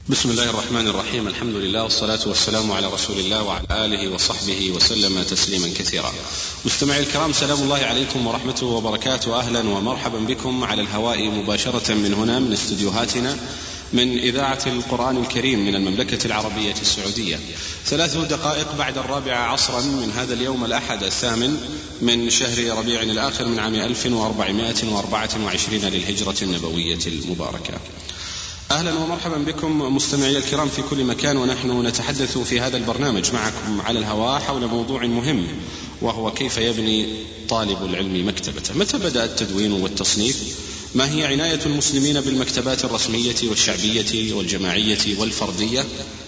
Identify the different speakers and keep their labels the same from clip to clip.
Speaker 1: بسم الله الرحمن الرحيم. الحمد لله والصلاة والسلام على رسول الله وعلى آله وصحبه وسلم تسليما كثيرا. مستمعي الكرام، سلام الله عليكم ورحمته وبركاته. أهلا ومرحبا بكم على الهواء مباشرة من هنا من استديوهاتنا من إذاعة القرآن الكريم من المملكة العربية السعودية. 3 دقائق بعد 4 عصرا من هذا اليوم الأحد 8 من شهر ربيع الآخر من عام 1424 للهجرة النبوية المباركة. أهلا ومرحبا بكم مستمعي الكرام في كل مكان، ونحن نتحدث في هذا البرنامج معكم على الهواء حول موضوع مهم، وهو كيف يبني طالب العلم مكتبته. متى بدأ التدوين والتصنيف؟ ما هي عناية المسلمين بالمكتبات الرسمية والشعبية والجماعية والفردية؟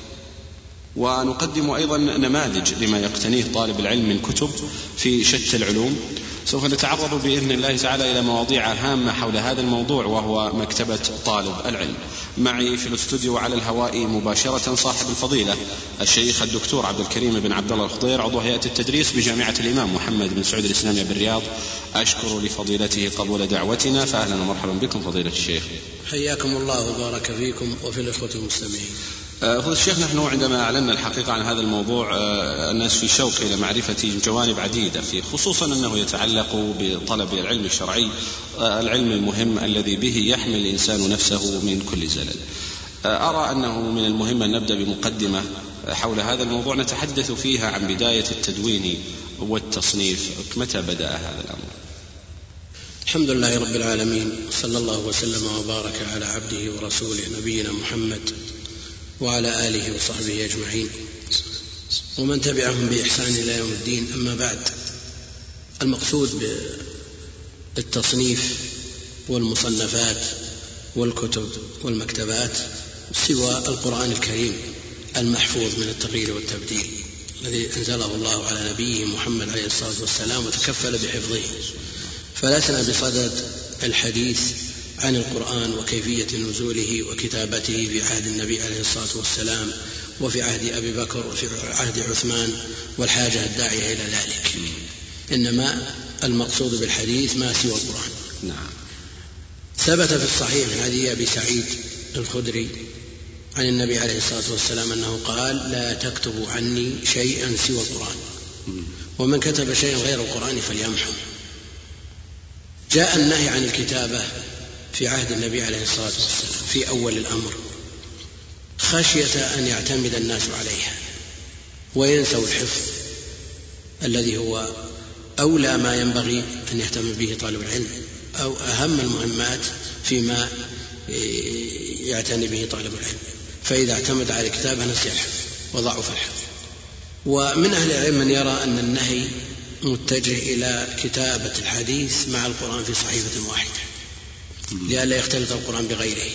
Speaker 1: ونقدم أيضا نماذج لما يقتنيه طالب العلم من كتب في شتى العلوم. سوف نتعرض بإذن الله تعالى إلى مواضيع هامة حول هذا الموضوع، وهو مكتبة طالب العلم. معي في الاستوديو على الهواء مباشرة صاحب الفضيلة الشيخ الدكتور عبد الكريم بن عبد الله الخضير، عضو هيئة التدريس بجامعة الإمام محمد بن سعود الإسلامية بالرياض. أشكر لفضيلته قبول دعوتنا، فأهلا ومرحبا بكم فضيلة الشيخ.
Speaker 2: حياكم الله وبارك فيكم وفي الإخوة المسلمين.
Speaker 1: فضيلة الشيخ، نحن عندما أعلنا الحقيقة عن هذا الموضوع الناس في شوق إلى معرفة جوانب عديدة فيه، خصوصا أنه يتعلق بطلب العلم الشرعي، العلم المهم الذي به يحمي الإنسان نفسه من كل زلل. أرى أنه من المهم أن نبدأ بمقدمة حول هذا الموضوع نتحدث فيها عن بداية التدوين والتصنيف. متى بدأ هذا الأمر؟
Speaker 2: الحمد لله رب العالمين، صلى الله وسلم وبارك على عبده ورسوله نبينا محمد وعلى آله وصحبه أجمعين ومن تبعهم بإحسان إلى يوم الدين. أما بعد، المقصود بالتصنيف والمصنفات والكتب والمكتبات سوى القرآن الكريم المحفوظ من التغيير والتبديل الذي أنزله الله على نبيه محمد عليه الصلاة والسلام وتكفل بحفظه. فلسنا بصدد الحديث عن القرآن وكيفية نزوله وكتابته في عهد النبي عليه الصلاة والسلام وفي عهد أبي بكر وفي عهد عثمان والحاجة الداعية إلى ذلك، إنما المقصود بالحديث ما سوى القرآن.
Speaker 1: نعم.
Speaker 2: ثبت في الصحيح من حديث أبي سعيد الخدري عن النبي عليه الصلاة والسلام أنه قال: لا تكتبوا عني شيئا سوى القرآن، ومن كتب شيئا غير القرآن فليمحو. جاء النهي عن الكتابة في عهد النبي عليه الصلاة والسلام في أول الأمر خشية أن يعتمد الناس عليها وينسوا الحفظ الذي هو أولى ما ينبغي أن يهتم به طالب العلم، أو أهم المهمات فيما يعتني به طالب العلم. فإذا اعتمد على الكتابة نسي الحفظ وضعف الحفظ. ومن أهل العلم من يرى أن النهي متجه إلى كتابة الحديث مع القرآن في صحيفة واحدة لئلا يختلط القرآن بغيره.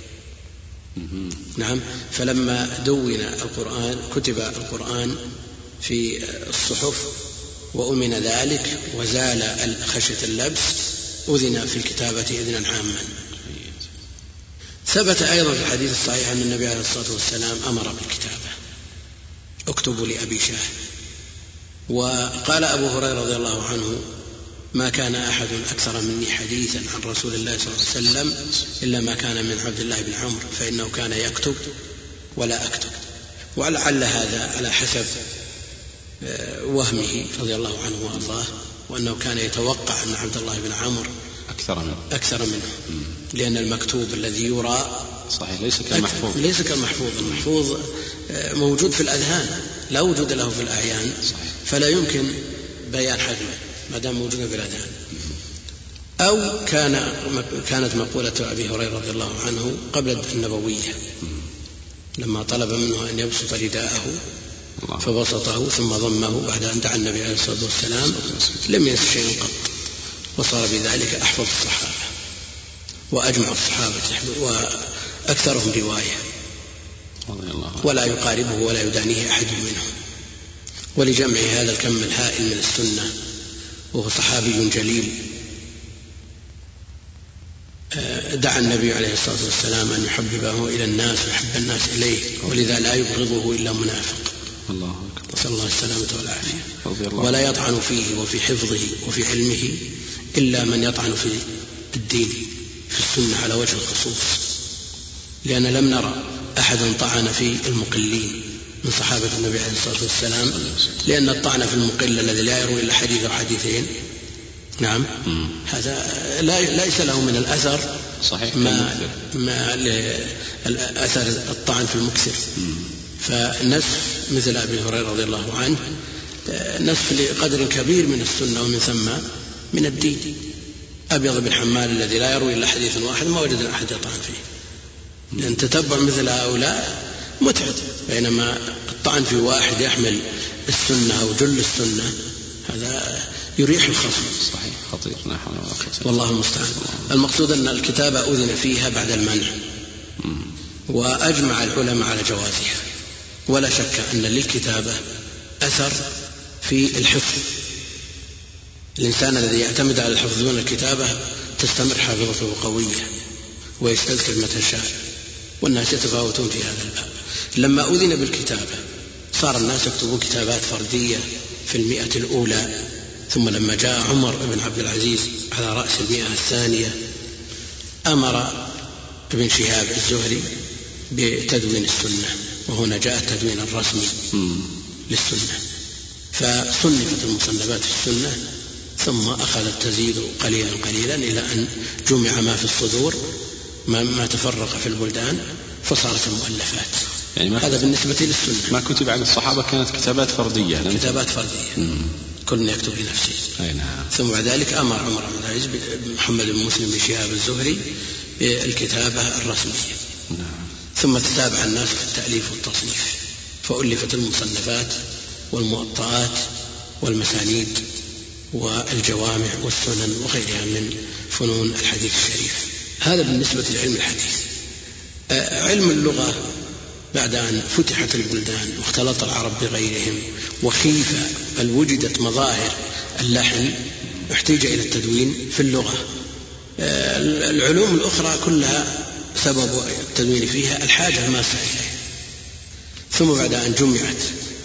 Speaker 2: نعم. فلما دون القرآن كتب القرآن في الصحف وأمن ذلك وزال خشية اللبس، أذن في الكتابة إذنا عاما. ثبت أيضا في الحديث الصحيح أن النبي عليه الصلاة والسلام أمر بالكتابة: اكتبوا لأبي شاه. وقال أبو هريرة رضي الله عنه: ما كان أحد أكثر مني حديثا عن رسول الله صلى الله عليه وسلم إلا ما كان من عبد الله بن عمرو، فإنه كان يكتب ولا أكتب. ولعل هذا على حسب وهمه رضي الله عنه وأرضاه، وأنه كان يتوقع أن عبد الله بن عمرو أكثر منه، لأن المكتوب الذي يرى
Speaker 1: صحيح ليس كالمحفوظ.
Speaker 2: المحفوظ موجود في الأذهان لا وجود له في الأعيان، فلا يمكن بيان حجمه ما دام موجودا في الأذهان. أو كانت مقولة أبي هريرة رضي الله عنه قبل النبوية لما طلب منه أن يبسط رداءه فبسطه ثم ضمه بعد أن دعا النبي عليه الصلاة والسلام، لم ينس شيئا قط، وصار بذلك أحفظ الصحابة وأجمع الصحابة وأكثرهم رواية، ولا يقاربه ولا يدانيه أحد منهم. ولجمع هذا الكم الهائل من السنة، وهو صحابي جليل، دعا النبي عليه الصلاة والسلام أن يحببه إلى الناس ويحب الناس إليه، ولذا لا يبغضه إلا منافق.
Speaker 1: الله أكبر.
Speaker 2: صلى الله السلامة والعافية. ولا يطعن فيه وفي حفظه وفي علمه إلا من يطعن في الدين في السنة على وجه الخصوص، لأن لم نرى أحد طعن في المقلين من صحابة النبي عليه الصلاة والسلام، لأن الطعن في المقل الذي لا يروي إلا حديث أو حديثين نعم هذا ليس له من الأثر
Speaker 1: صحيح
Speaker 2: ما أثر الطعن في المكثر. فالنسف مثل أبي هريرة رضي الله عنه نسف لقدر كبير من السنة ومن ثم من الدين. أبيض بن حمال الذي لا يروي إلا حديث واحد ما وجد أحد يطعن فيه، لأن تتبع مثل هؤلاء متعب، بينما الطعن في واحد يحمل السنة أو جل السنة هذا يريح الخصم.
Speaker 1: صحيح خطير. لا حول ولا قوة إلا بالله.
Speaker 2: والله المستعان. المقصود أن الكتابة أذن فيها بعد المنع، وأجمع العلماء على جوازها، ولا شك أن للكتابة أثر في الحفظ. الإنسان الذي يعتمد على الحفظ دون الكتابة تستمر حافظته قوية ويستذكر متى شاء، والناس يتفاوتون في هذا الباب. لما أذن بالكتابة صار الناس يكتبون كتابات فردية في 100 الأولى، ثم لما جاء عمر بن عبد العزيز على رأس 100 الثانية أمر ابن شهاب الزهري بتدوين السنة، وهنا جاء التدوين الرسمي للسنة، فصنفت المصنفات في السنة، ثم أخذت تزيد قليلا قليلا إلى أن جمع ما في الصدور ما تفرق في البلدان فصارت المؤلفات.
Speaker 1: يعني
Speaker 2: هذا بالنسبة للسنة.
Speaker 1: ما كتب عن الصحابة كانت كتابات فردية.
Speaker 2: كتابات فردية كل يكتب لنفسه.
Speaker 1: نعم. ثم
Speaker 2: بعد ذلك أمر عمر بن العزيز محمد بن مسلم بن شهاب الزهري بالكتابة الرسمية.
Speaker 1: نعم.
Speaker 2: ثم تتابع الناس في التأليف والتصنيف، فألفت المصنفات والموطئات والمسانيد والجوامع والسنن وغيرها من فنون الحديث الشريف. هذا بالنسبة لعلم الحديث. علم اللغة بعد أن فتحت البلدان واختلط العرب بغيرهم وخيف بل وجدت مظاهر اللحن احتاج إلى التدوين في اللغة. العلوم الأخرى كلها سبب التدوين فيها الحاجة ماسة إليه. ثم بعد أن جمعت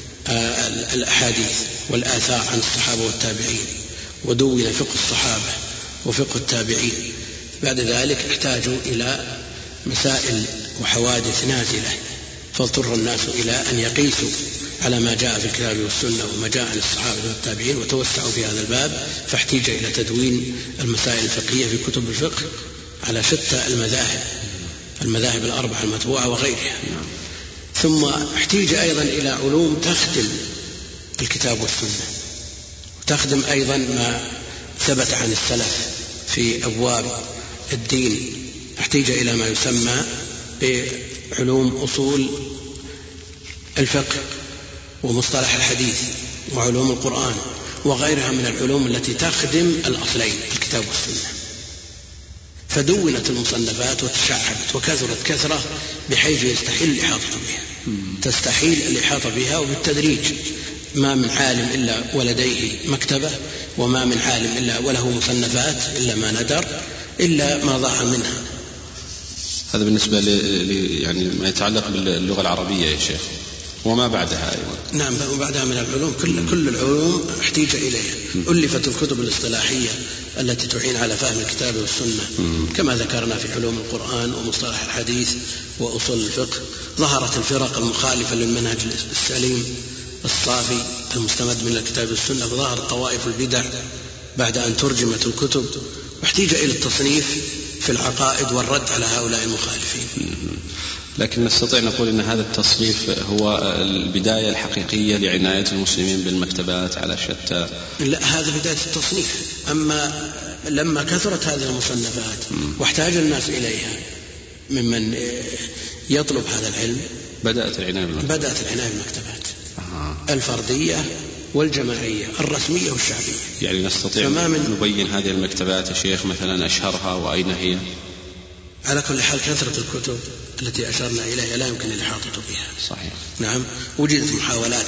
Speaker 2: الأحاديث والآثار عن الصحابة والتابعين ودون فقه الصحابة وفقه التابعين، بعد ذلك احتاجوا إلى مسائل وحوادث نازلة، فاضطر الناس إلى أن يقيسوا على ما جاء في الكتاب والسنة وما جاء عن الصحابة والتابعين وتوسعوا في هذا الباب، فاحتاج إلى تدوين المسائل الفقهية في كتب الفقه على شتى المذاهب الأربعة المتبوعة وغيرها. ثم احتاج أيضا إلى علوم تخدم الكتاب والسنة وتخدم أيضا ما ثبت عن السلف في أبواب الدين. احتاج إلى ما يسمى بعلوم أصول الفقه ومصطلح الحديث وعلوم القرآن وغيرها من العلوم التي تخدم الأصلين الكتاب والسنة. فدونت المصنفات وتشعبت وكثرت كثرة بحيث يستحيل الإحاطة بها، تستحيل الإحاطة بها، وبالتدريج ما من عالم إلا ولديه مكتبة، وما من عالم إلا وله مصنفات إلا ما ندر إلا ما ضاع منها.
Speaker 1: هذا بالنسبة يعني ما يتعلق باللغة العربية يا شيخ، وما بعدها أيضا.
Speaker 2: نعم، وبعدها من العلوم كل العلوم احتاج إليها. ألفت الكتب الاصطلاحية التي تعين على فهم الكتاب والسنة كما ذكرنا في علوم القرآن ومصطلح الحديث وأصول الفقه. ظهرت الفرق المخالفة للمنهج السليم الصافي المستمد من الكتاب والسنة، وظهرت طوائف البدع بعد أن ترجمت الكتب، واحتاج إلى التصنيف في العقائد والرد على هؤلاء المخالفين.
Speaker 1: لكن نستطيع نقول أن هذا التصنيف هو البداية الحقيقية لعناية المسلمين بالمكتبات على شتى.
Speaker 2: لا، هذا بداية التصنيف. أما لما كثرت هذه المصنفات واحتاج الناس إليها ممن يطلب هذا العلم بدأت العناية بالمكتبات الفردية والجماعية الرسمية والشعبية.
Speaker 1: يعني نستطيع نبين هذه المكتبات يا شيخ مثلا أشهرها وأين هي؟
Speaker 2: على كل حال كثرة الكتب التي أشرنا إليها لا يمكن الإحاطة بها.
Speaker 1: صحيح.
Speaker 2: نعم، وجدت محاولات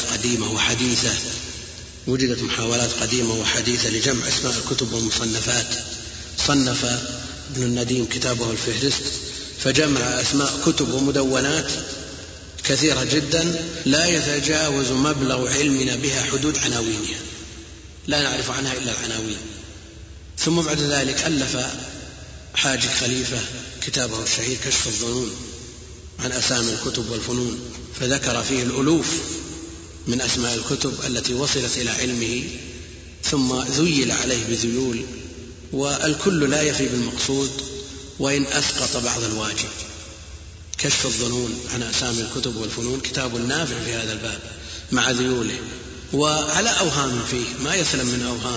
Speaker 2: قديمة وحديثة لجمع أسماء الكتب والمصنفات. صنف ابن النديم كتابه الفهرست فجمع أسماء كتب ومدونات كثيرة جدا لا يتجاوز مبلغ علمنا بها حدود عناوينها، لا نعرف عنها إلا العناوين. ثم بعد ذلك ألف حاج خليفة كتابه الشهير كشف الظنون عن أسامي الكتب والفنون، فذكر فيه الألوف من أسماء الكتب التي وصلت إلى علمه، ثم ذيل عليه بذيول، والكل لا يفي بالمقصود وإن أسقط بعض الواجب. كشف الظنون عن أسامي الكتب والفنون كتاب نافع في هذا الباب مع ذيوله، وعلى أوهام فيه ما يسلم من أوهام.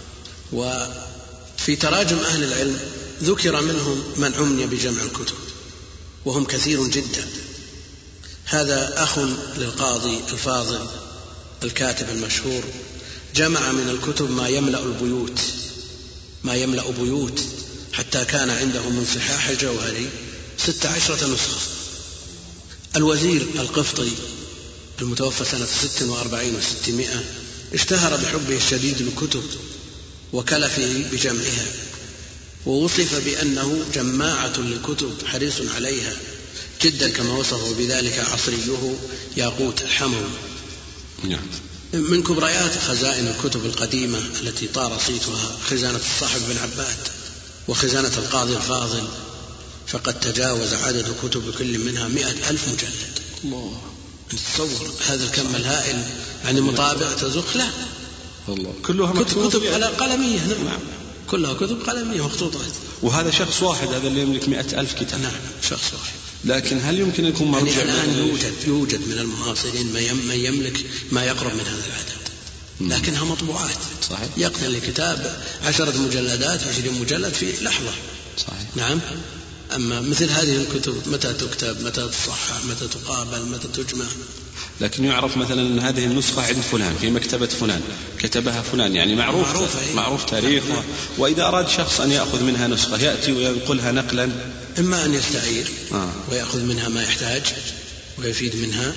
Speaker 2: وفي تراجم أهل العلم ذكر منهم من عمي بجمع الكتب وهم كثير جدا. هذا أخ للقاضي الفاضل الكاتب المشهور، جمع من الكتب ما يملأ بيوت، حتى كان عنده من صحاح الجوهري 16 نسخة. الوزير القفطي المتوفى سنة 46 و600 اشتهر بحبه الشديد للكتب وكلفه بجمعها، ووصف بأنه جماعة للكتب حريص عليها جدا، كما وصفه بذلك عصريه ياقوت الحموي. من كبريات خزائن الكتب القديمة التي طار صيتها خزانة الصاحب بن عباد وخزانة القاضي الفاضل، فقد تجاوز عدد كتب كل منها 100,000 مجلد. الله، تصور هذا الكم الهائل، يعني مطابع تزخ له
Speaker 1: الله، كلها
Speaker 2: كتب على قلمية. نعم، كلها كتب قلمية مخطوطات.
Speaker 1: وهذا شخص واحد، هذا اللي يملك 100,000 كتاب.
Speaker 2: نعم، شخص واحد.
Speaker 1: لكن هل يمكن أن يكون مرجع؟
Speaker 2: يعني الآن يوجد من المعاصرين من يملك ما يقرب من هذا العدد، لكنها مطبوعات.
Speaker 1: صحيح.
Speaker 2: يقتل الكتاب 10 مجلدات 20 مجلد في لحظة.
Speaker 1: صحيح.
Speaker 2: نعم. أما مثل هذه الكتب متى تكتب، متى تصحح، متى تقابل، متى تجمع.
Speaker 1: لكن يعرف مثلا أن هذه النسخة عند فلان في مكتبة فلان كتبها فلان، يعني معروف تاريخه. وإذا أراد شخص أن يأخذ منها نسخة يأتي وينقلها نقلا،
Speaker 2: إما أن يستعير ويأخذ منها ما يحتاج ويفيد منها.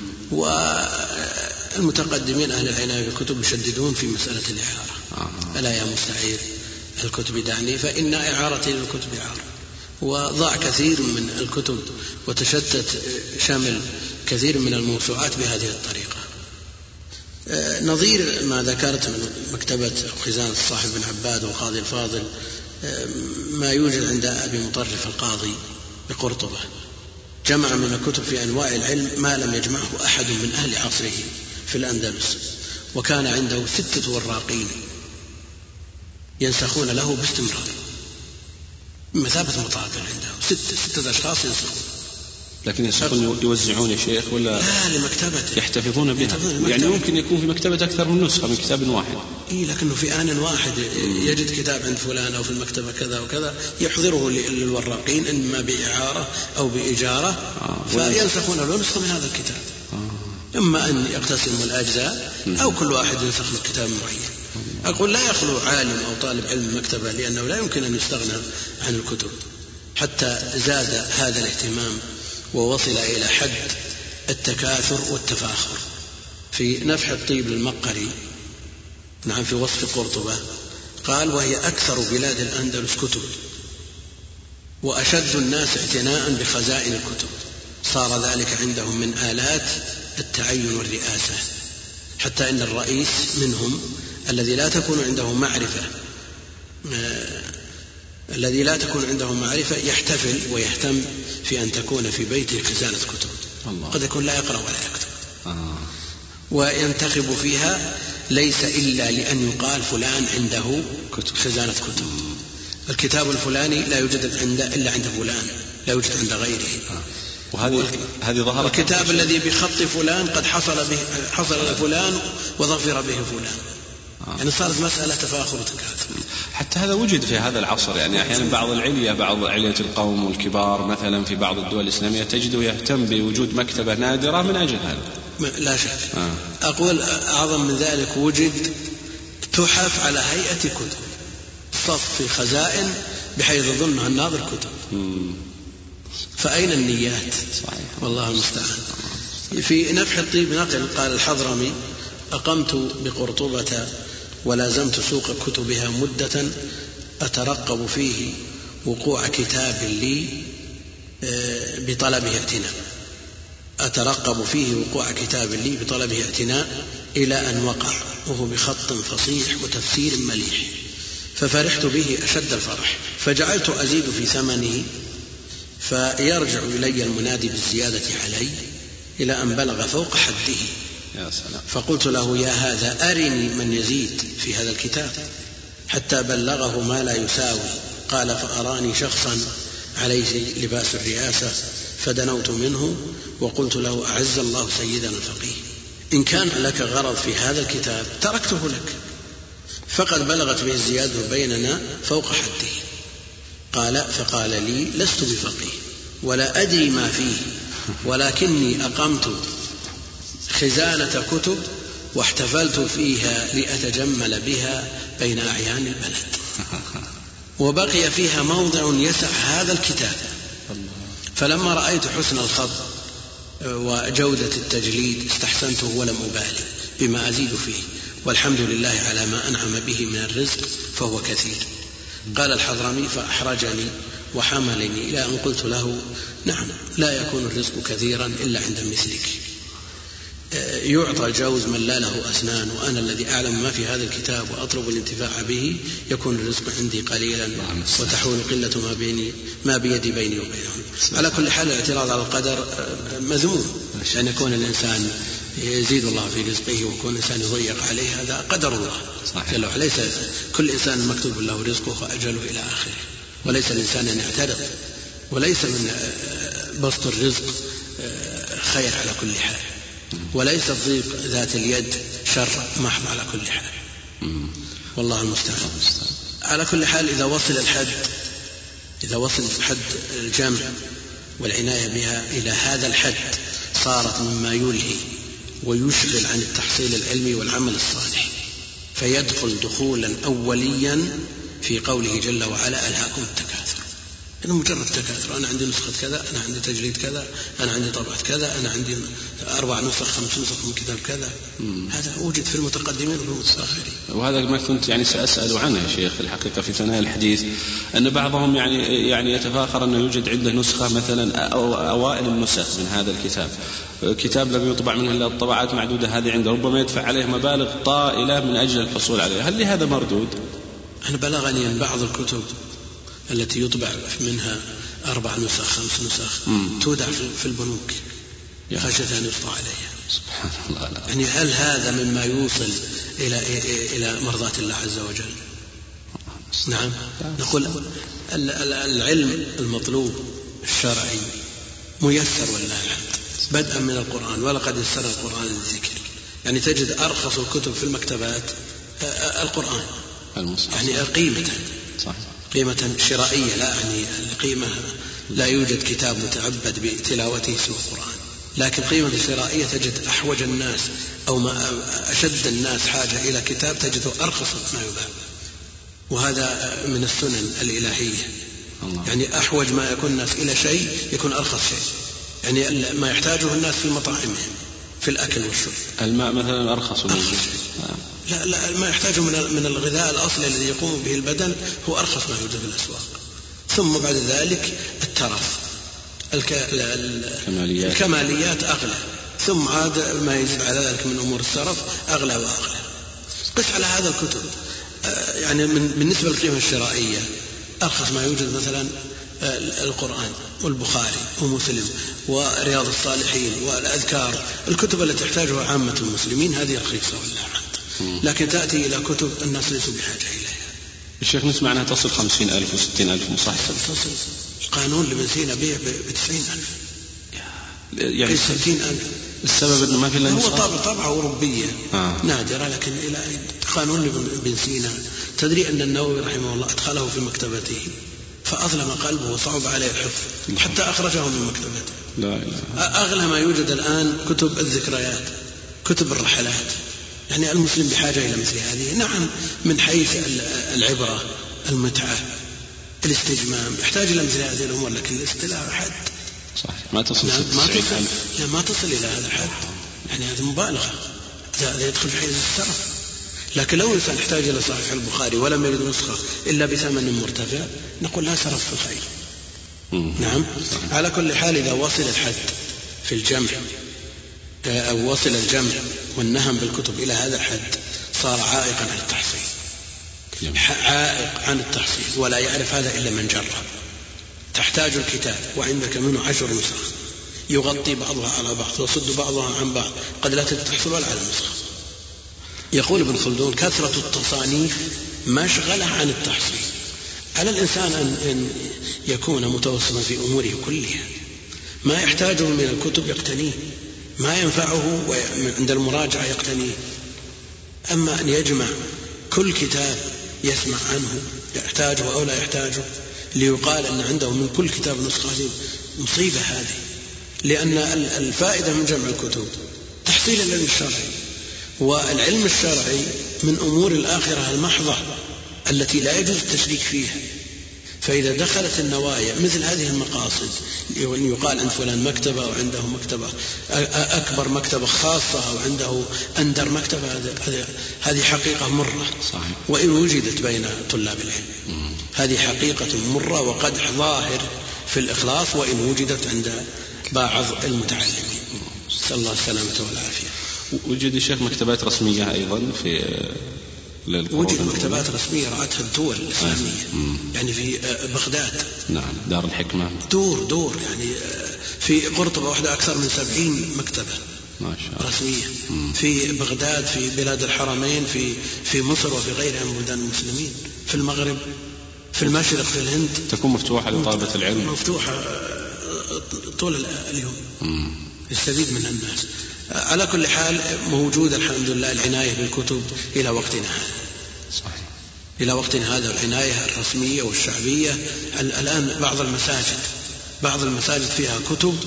Speaker 2: والمتقدمين أهل العناية بالكتب يشددون في مسألة الإعارة. ألا يا مستعير الكتب دعني فإن إعارتي للكتب إعارة. وضاع كثير من الكتب وتشتت شمل كثير من الموسوعات بهذه الطريقة. نظير ما ذكرت من مكتبة خزانة الصاحب بن عباد والقاضي الفاضل ما يوجد عند أبي مطرف القاضي بقرطبة، جمع من الكتب في أنواع العلم ما لم يجمعه أحد من أهل عصره في الأندلس، وكان عنده 6 وراقين ينسخون له باستمرار، مثابة مطابع عنده 6 أشخاص ينسخون.
Speaker 1: لكن ينسخون يوزعون يا شيخ ولا
Speaker 2: لا لمكتبته
Speaker 1: يحتفظون بها؟ يعني ممكن يكون في مكتبة أكثر من نسخة من كتاب واحد.
Speaker 2: لكنه في آن واحد يجد كتاب عند فلان أو في المكتبة كذا وكذا، يحضره للوراقين إما بإعارة أو بإجارة، فينسخون له نسخة من هذا الكتاب. إما أن يقتسموا الأجزاء أو كل واحد ينسخ من كتاب معين. أقول لا يخلو عالم أو طالب علم مكتبة، لأنه لا يمكن أن يستغنى عن الكتب. حتى زاد هذا الاهتمام ووصل إلى حد التكاثر والتفاخر. في نفح الطيب للمقري، نعم، في وصف قرطبة قال: وهي أكثر بلاد الأندلس كتب وأشد الناس اعتناء بخزائن الكتب، صار ذلك عندهم من آلات التعين والرئاسة، حتى إن الرئيس منهم الذي لا تكون عنده معرفة يحتفل ويهتم في أن تكون في بيته خزانة كتب. قد يكون لا يقرأ ولا يكتب. وينتخب فيها ليس إلا لأن يقال فلان عنده خزانة كتب. الكتاب الفلاني لا يوجد إلا عند فلان، لا يوجد عند غيره.
Speaker 1: وهذه ظهرت
Speaker 2: الكتاب الذي بخط فلان قد حصل فلان وظفر به فلان. يعني صارت مسألة تفاخر وتكاثر.
Speaker 1: حتى هذا وجد في هذا العصر، يعني أحيانا بعض علية القوم والكبار مثلا في بعض الدول الإسلامية تجده يهتم بوجود مكتبة نادرة من أجل هذا.
Speaker 2: لا شك. أقول أعظم من ذلك، وجد تحف على هيئة كتب، صف في خزائن بحيث ظنها الناظر كتب. فأين النيات؟
Speaker 1: صحيح.
Speaker 2: والله المستعان. في نفح الطيب نقل قال الحضرمي: أقمت بقرطبة ولازمت سوق كتبها مدة أترقب فيه وقوع كتاب لي بطلبه اعتناء إلى أن وقع، وهو بخط فصيح وتفسير مليح، ففرحت به أشد الفرح، فجعلت أزيد في ثمنه فيرجع إلي المنادي بالزيادة علي إلى أن بلغ فوق حده.
Speaker 1: يا سلام.
Speaker 2: فقلت له: يا هذا أرني من يزيد في هذا الكتاب، حتى بلغه ما لا يساوي. قال: فأراني شخصا عليه لباس الرئاسة، فدنوت منه وقلت له: أعز الله سيدنا الفقيه، إن كان لك غرض في هذا الكتاب تركته لك، فقد بلغت به الزيادة بيننا فوق حده. فقال لي: لست بفقيه ولا أدري ما فيه، ولكني أقمت خزانة كتب واحتفلت فيها لأتجمل بها بين أعيان البلد، وبقي فيها موضع يسع هذا الكتاب. فلما رأيت حسن الخط وجودة التجليد استحسنته ولم أبالي بما أزيد فيه، والحمد لله على ما أنعم به من الرزق فهو كثير. قال الحضرمي: فأحرجني وحملني إلى أن قلت له: نعم، لا يكون الرزق كثيرا إلا عند مثلك. يعطى الجوز من لا له أسنان، وأنا الذي أعلم ما في هذا الكتاب وأطلب الانتفاع به، يكون الرزق عندي قليلا وتحول قلة ما بيدي بيني وبينهم. على كل حال الاعتراض على القدر مذموم، أن يكون الإنسان يزيد الله في رزقه ويكون الإنسان يضيق عليه، هذا قدر الله جل وعلا. ليس كل إنسان مكتوب له رزقه وأجله إلى آخره، وليس الإنسان أن يعترض، وليس من بسط الرزق خير على كل حال، وليس الضيق ذات اليد شر محض على كل حال، والله المستعان. على كل حال إذا وصل حد الجمع والعناية بها إلى هذا الحد صارت مما يلهي ويشغل عن التحصيل العلمي والعمل الصالح، فيدخل دخولا أوليا في قوله جل وعلا: ألهاكم التكاثر. إذا مجرد تكاثر، أنا عندي نسخة كذا، أنا عندي تجليد كذا، أنا عندي طبعة كذا، أنا عندي 4 نسخ 5 نسخ من كتاب كذا، هذا وجد في المتقدمين وفي المتأخرين.
Speaker 1: وهذا ما كنت سأسأل عنه يا شيخ الحقيقة في ثنايا الحديث، أن بعضهم يعني يتفاخر أنه يوجد عنده نسخة مثلا أو أوائل النسخ من هذا الكتاب، كتاب لم يطبع منه إلا الطبعات معدودة، هذه عنده ربما يدفع عليه مبالغ طائلة من أجل الحصول عليه. هل لهذا مردود؟
Speaker 2: أنا بلغني أن بعض الكتب التي يطبع منها 4 نسخ 5 نسخ تودع في البنوك خشية أن يفضى عليها.
Speaker 1: سبحان الله.
Speaker 2: يعني هل هذا مما يوصل إلى مرضاة الله عز وجل؟ نعم. نقول العلم المطلوب الشرعي ميسر والله الحمد، بدءا من القرآن، ولقد يسر القرآن للذكر. يعني تجد أرخص الكتب في المكتبات القرآن، يعني قيمة شرائية، لا يعني القيمة، لا يوجد كتاب متعبد بتلاوته سوى القرآن، لكن قيمة شرائية تجد أحوج الناس أو ما أشد الناس حاجة إلى كتاب تجده أرخص ما يباع، وهذا من السنن الإلهية. يعني أحوج ما يكون الناس إلى شيء يكون أرخص شيء، يعني ما يحتاجه الناس في مطاعمهم في الأكل والشرب.
Speaker 1: الماء مثلا أرخص
Speaker 2: لا ما يحتاجه من الغذاء الأصلي الذي يقوم به البدن هو أرخص ما يوجد في الأسواق. ثم بعد ذلك الترف، الكماليات أغلى، ثم عاد ما يزيد على ذلك من أمور السرف أغلى وأغلى. قس على هذا الكتب، يعني بالنسبة للقيمة الشرائية أرخص ما يوجد مثلا القرآن والبخاري ومسلم ورياض الصالحين والأذكار، الكتب التي تحتاجها عامة المسلمين هذه رخيصة والله الحمد. لكن تأتي إلى كتب الناس ليسوا بحاجة إليها.
Speaker 1: الشيخ نسمع أنها تصل 50,000 و60,000 مصحف.
Speaker 2: تصل قانون لبنزين بيع ب90,000
Speaker 1: يعني
Speaker 2: 60,000.
Speaker 1: السبب أنه ما في إلا
Speaker 2: هو طبعة أوروبية نادرة، لكن إلى قانون لبنزين. تدري أن النووي رحمه الله أدخله في مكتبته فأظلم قلبه وصعب عليه الحفظ حتى أخرجه من مكتبته.
Speaker 1: لا إله.
Speaker 2: أغلى ما يوجد الآن كتب الذكريات، كتب الرحلات. يعني المسلم بحاجة إلى مثل هذه. نعم، من حيث العبرة، المتعة، الاستجمام، يحتاج إلى مثل هذه الأمور، لكن الاستلاء حد
Speaker 1: صح ما تصل.
Speaker 2: ما تصل إلى هذا الحد، يعني هذه مبالغة، هذا يدخل في حيز السرف. لكن لو إنسان يحتاج إلى صحيح البخاري ولم يجد نسخة إلا بثمن مرتفع نقول لا سرف في الخير. نعم. على كل حال إذا وصل الحد في الجمع أو وصل الجمع والنهم بالكتب إلى هذا الحد صار عائقا عن التحصيل، عائق عن التحصيل، ولا يعرف هذا إلا من جرب. تحتاج الكتاب وعندك منه 10 نسخ يغطي بعضها على بعض ويصد بعضها عن بعض، قد لا تحصل ولا على نسخة. يقول ابن خلدون: كثرة التصانيف مشغلة عن التحصيل. على الإنسان أن يكون متوسطا في أموره كلها، ما يحتاجه من الكتب يقتنيه، ما ينفعه عند المراجعة يقتنيه. أما أن يجمع كل كتاب يسمع عنه يحتاجه أو لا يحتاجه ليقال أن عنده من كل كتاب نسخة، مصيبة هذه. لأن الفائدة من جمع الكتب تحصيل العلم الشرعي، والعلم الشرعي من أمور الآخرة المحضة التي لا يجوز التشريك فيها. فإذا دخلت النوايا مثل هذه المقاصد، يقال عند فلان مكتبة أو عنده مكتبة أكبر مكتبة خاصة أو عنده أندر مكتبة، هذه حقيقة مرة صحيح. وإن وجدت بين طلاب العلم هذه حقيقة مرة وقدح ظاهر في الإخلاص وإن وجدت عند بعض المتعلمين. نسأل الله السلامة والعافية.
Speaker 1: وجد الشيخ مكتبات رسمية أيضا في
Speaker 2: وجد مكتبات رسمية رأتها الدول الإسلامية يعني في بغداد،
Speaker 1: نعم، دار الحكمة،
Speaker 2: دور يعني في قرطبة واحدة أكثر من 70 مكتبة
Speaker 1: ما شاء الله
Speaker 2: رسمية في بغداد، في بلاد الحرمين، في مصر وفي غيرها من بلدان المسلمين، في المغرب، في المشرق، في الهند،
Speaker 1: تكون مفتوحة لطلبة العلم،
Speaker 2: مفتوحة طول اليوم يستفيد منها الناس. على كل حال موجود الحمد لله العناية بالكتب إلى وقتنا هذا
Speaker 1: صحيح.
Speaker 2: إلى وقتنا هذا العناية الرسمية والشعبية. الآن بعض المساجد فيها كتب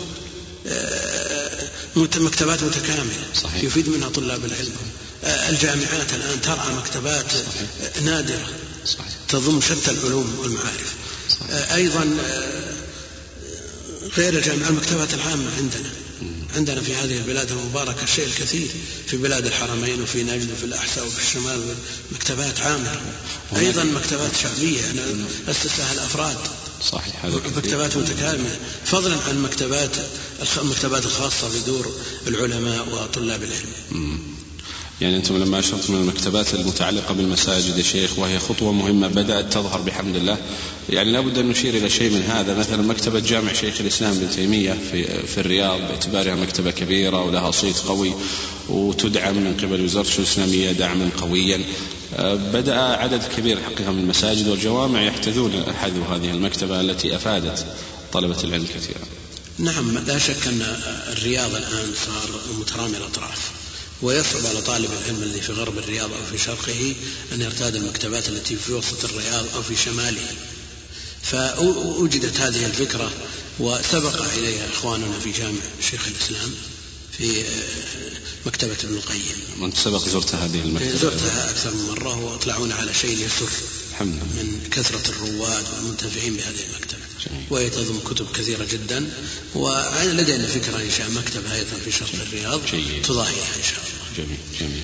Speaker 2: مكتبات متكاملة صحيح. يفيد منها طلاب العلم. الجامعات الآن ترعى مكتبات صحيح. نادرة صحيح. تضم شتى العلوم والمعارف صحيح. أيضا غير الجامعة المكتبات العامة عندنا في هذه البلاد المباركة الشيء الكثير، في بلاد الحرمين وفي نجد وفي الأحساء وفي الشمال مكتبات عامة، أيضا مكتبات شعبية أسسها الأفراد
Speaker 1: صحيح.
Speaker 2: مكتبات متكاملة، فضلا عن المكتبات الخاصة بدور العلماء وطلاب العلم.
Speaker 1: يعني أنتم لما أشرتم من المكتبات المتعلقة بالمساجد يا شيخ، وهي خطوة مهمة بدأت تظهر بحمد الله، يعني لابد أن نشير إلى شيء من هذا. مثلا مكتبة جامع شيخ الإسلام ابن تيمية في الرياض باعتبارها مكتبة كبيرة ولها صيت قوي وتدعم من قبل وزارة الإسلامية دعما قويا، بدأ عدد كبير حقيقة من المساجد والجوامع يحتذون حذو هذه المكتبة التي أفادت طلبة العلم كثيرا.
Speaker 2: نعم، لا شك أن الرياض الآن صار مترامي الأطراف، ويصعب على طالب العلم الذي في غرب الرياض أو في شرقه أن يرتاد المكتبات التي في وسط الرياض أو في شماله. فوجدت هذه الفكرة وسبق إليها إخواننا في جامع شيخ الإسلام في مكتبة ابن القيم.
Speaker 1: من سبق زرت هذه المكتبة؟
Speaker 2: زرتها أكثر من مرة، وأطلعون على شيء يسر من كثرة الرواد والمنتفعين بهذه المكتبة، وهي تضم كتب كثيرة جدا. ولدينا فكرة إنشاء مكتبة أيضا في شرق الرياض تضاهيها إن شاء الله.
Speaker 1: جميل.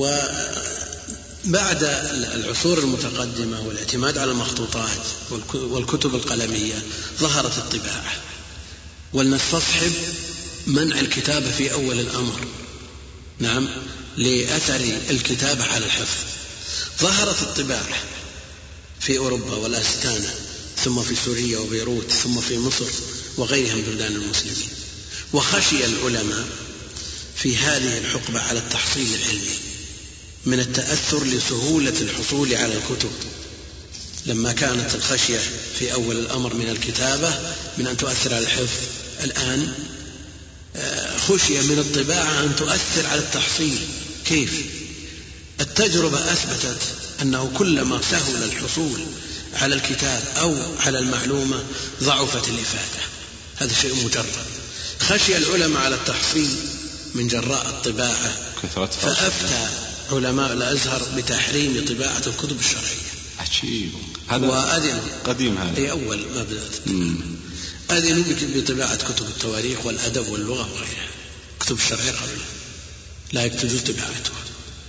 Speaker 2: وبعد العصور المتقدمة والاعتماد على المخطوطات والكتب القلمية ظهرت الطباعة، ولنستصحب منع الكتابة في أول الأمر، نعم، لأثر الكتابة على الحفظ. ظهرت الطباعة في أوروبا والأستانة، ثم في سوريا وبيروت، ثم في مصر وغيرها من بلدان المسلمين. وخشي العلماء في هذه الحقبة على التحصيل العلمي من التأثر لسهولة الحصول على الكتب، لما كانت الخشية في أول الأمر من الكتابة من أن تؤثر على الحفظ، الآن خشية من الطباعة أن تؤثر على التحصيل. كيف؟ التجربة أثبتت أنه كلما سهل الحصول على الكتاب أو على المعلومة ضعفت الإفادة. هذا شيء مجرد. خشي العلماء على التحصيل من جراء الطباعة، فأفتى علماء الأزهر بتحريم طباعة الكتب الشرعية.
Speaker 1: عجيب. هذا
Speaker 2: وأذن
Speaker 1: قديم، هذا
Speaker 2: في أول ما بدأت أذنوا بطباعة كتب التواريخ والأدب واللغة وغيرها. كتب الشرعية قبل لا يجوز طباعتها.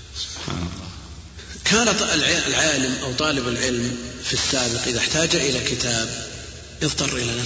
Speaker 2: كان العالم أو طالب العلم في السابق إذا احتاج إلى كتاب يضطر إلى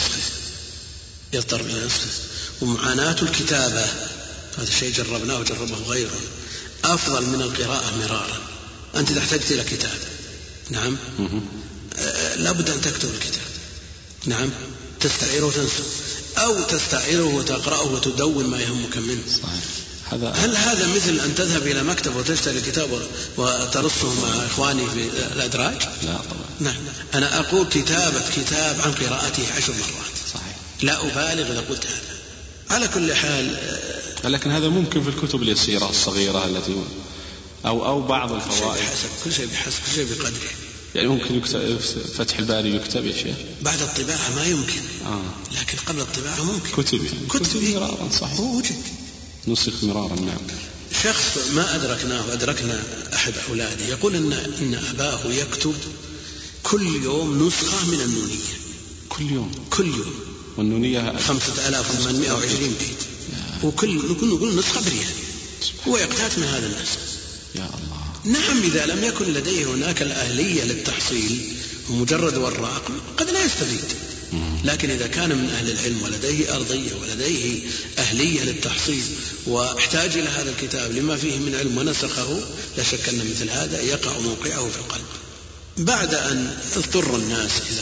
Speaker 2: نسخه، ومعاناة الكتابة هذا الشيء جربناه وجربه غيره أفضل من القراءة مرارا. أنت إذا احتجت إلى كتاب، نعم، لابد أن تكتب الكتاب، نعم، تستعيره وتنسى، أو تستعيره وتقرأه وتدون ما يهمك منه. هل هذا مثل أن تذهب إلى مكتب وتشتري كتاب وترصه مع إخواني في الأدراج؟
Speaker 1: لا طبعا.
Speaker 2: نعم، أنا أقول كتابة كتاب عن قراءته 10 مرات.
Speaker 1: صحيح.
Speaker 2: لا أبالغ إذا قلت هذا. على كل حال،
Speaker 1: لكن هذا ممكن في الكتب اليسيرة الصغيرة التي أو بعض الفوائد.
Speaker 2: كل شيء بحسب، كل شيء بقدره.
Speaker 1: يعني ممكن يكتب فتح الباري يكتب يا شيخ
Speaker 2: بعد الطباعة ما يمكن، لكن قبل الطباعة ممكن.
Speaker 1: كتب مرارا. صحيح.
Speaker 2: وجد
Speaker 1: نسخ مرارا. نعم.
Speaker 2: شخص ما أدركنا أحد أولاده يقول إن أباه يكتب كل يوم نسخة من النونية. كل يوم.
Speaker 1: والنونية
Speaker 2: 5820 بيت، وكل نسخة بريال، هو يقتات من هذا الناس.
Speaker 1: يا الله.
Speaker 2: نعم، إذا لم يكن لديه هناك الأهلية للتحصيل ومجرد وراق قد لا يستفيد، لكن إذا كان من أهل العلم ولديه أرضية ولديه أهلية للتحصيل واحتاج إلى هذا الكتاب لما فيه من علم ونسخه، لا شك أن مثل هذا يقع موقعه في القلب. بعد أن اضطر الناس إلى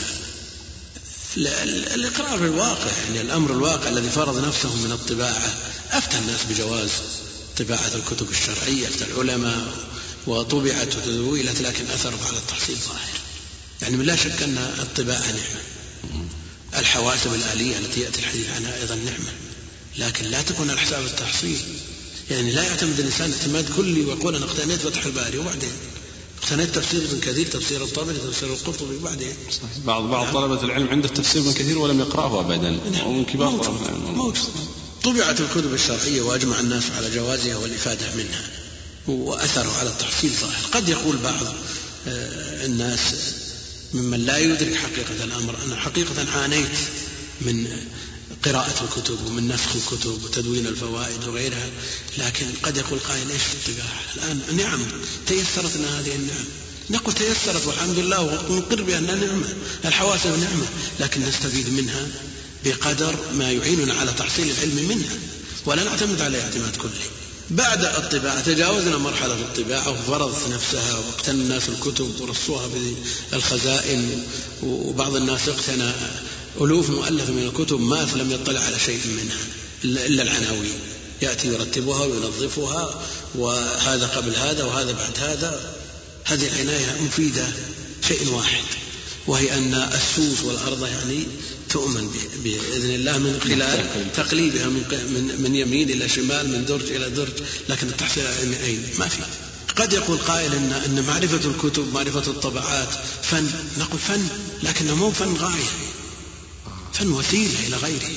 Speaker 2: الإقرار بالواقع، يعني الأمر الواقع الذي فرض نفسه من الطباعة، أفتى الناس بجواز طباعة الكتب الشرعية، أفتى العلماء وطبعت وتدويلت، لكن أثره على التحصيل ظاهر. يعني لا شك أن الطباعة نعمة، الحواسب الآلية التي يأتي الحديث عنها أيضا نعمة، لكن لا تكون على حساب التحصيل. يعني لا يعتمد الإنسان اعتماد كلي ويقول أنا اقتنيت فتح الباري وبعدين اقتنيت تفسير ابن كثير، تفسير الطبري، تفسير القرطبي وبعدين.
Speaker 1: بعض طلبة العلم عنده تفسير ابن كثير ولم يقرأه أبدا، ومن كبار طلبة العلم.
Speaker 2: موجود. طبعت الكتب الشرعية وأجمع الناس على جوازها والإفادة منها، وأثره على التحصيل ظاهر. قد يقول بعض الناس ممن لا يدرك حقيقة الأمر أنا حقيقة عانيت من قراءة الكتب ومن نسخ الكتب وتدوين الفوائد وغيرها، لكن قد يقول قائل إيش الطباعة الآن؟ نعم تيسرت لنا هذه النعم، نقول تيسرت والحمد لله ونقر بأنها نعمة، الحواسب نعمة، لكن نستفيد منها بقدر ما يعيننا على تحصيل العلم منها، ولا نعتمد عليه اعتماد كلي. بعد الطباعة تجاوزنا مرحلة الطباعة وفرضت نفسها، واقتنى الناس الكتب ورصوها بالخزائن، وبعض الناس اقتنى ألوف مؤلفة من الكتب ما لم يطلع على شيء منها إلا العناوين، يأتي يرتبها وينظفها، وهذا قبل هذا وهذا بعد هذا. هذه العناية مفيدة شيء واحد، وهي أن السوس والأرض يعني تؤمن بإذن الله من خلال تقليبها من يمين إلى شمال، من درج إلى درج، لكن التحصيل العلمي أين؟ ما في. قد يقول قائل إن معرفة الكتب، معرفة الطبعات فن، نقول فن، لكنه مو فن غاية، فن وسيلة إلى غيره.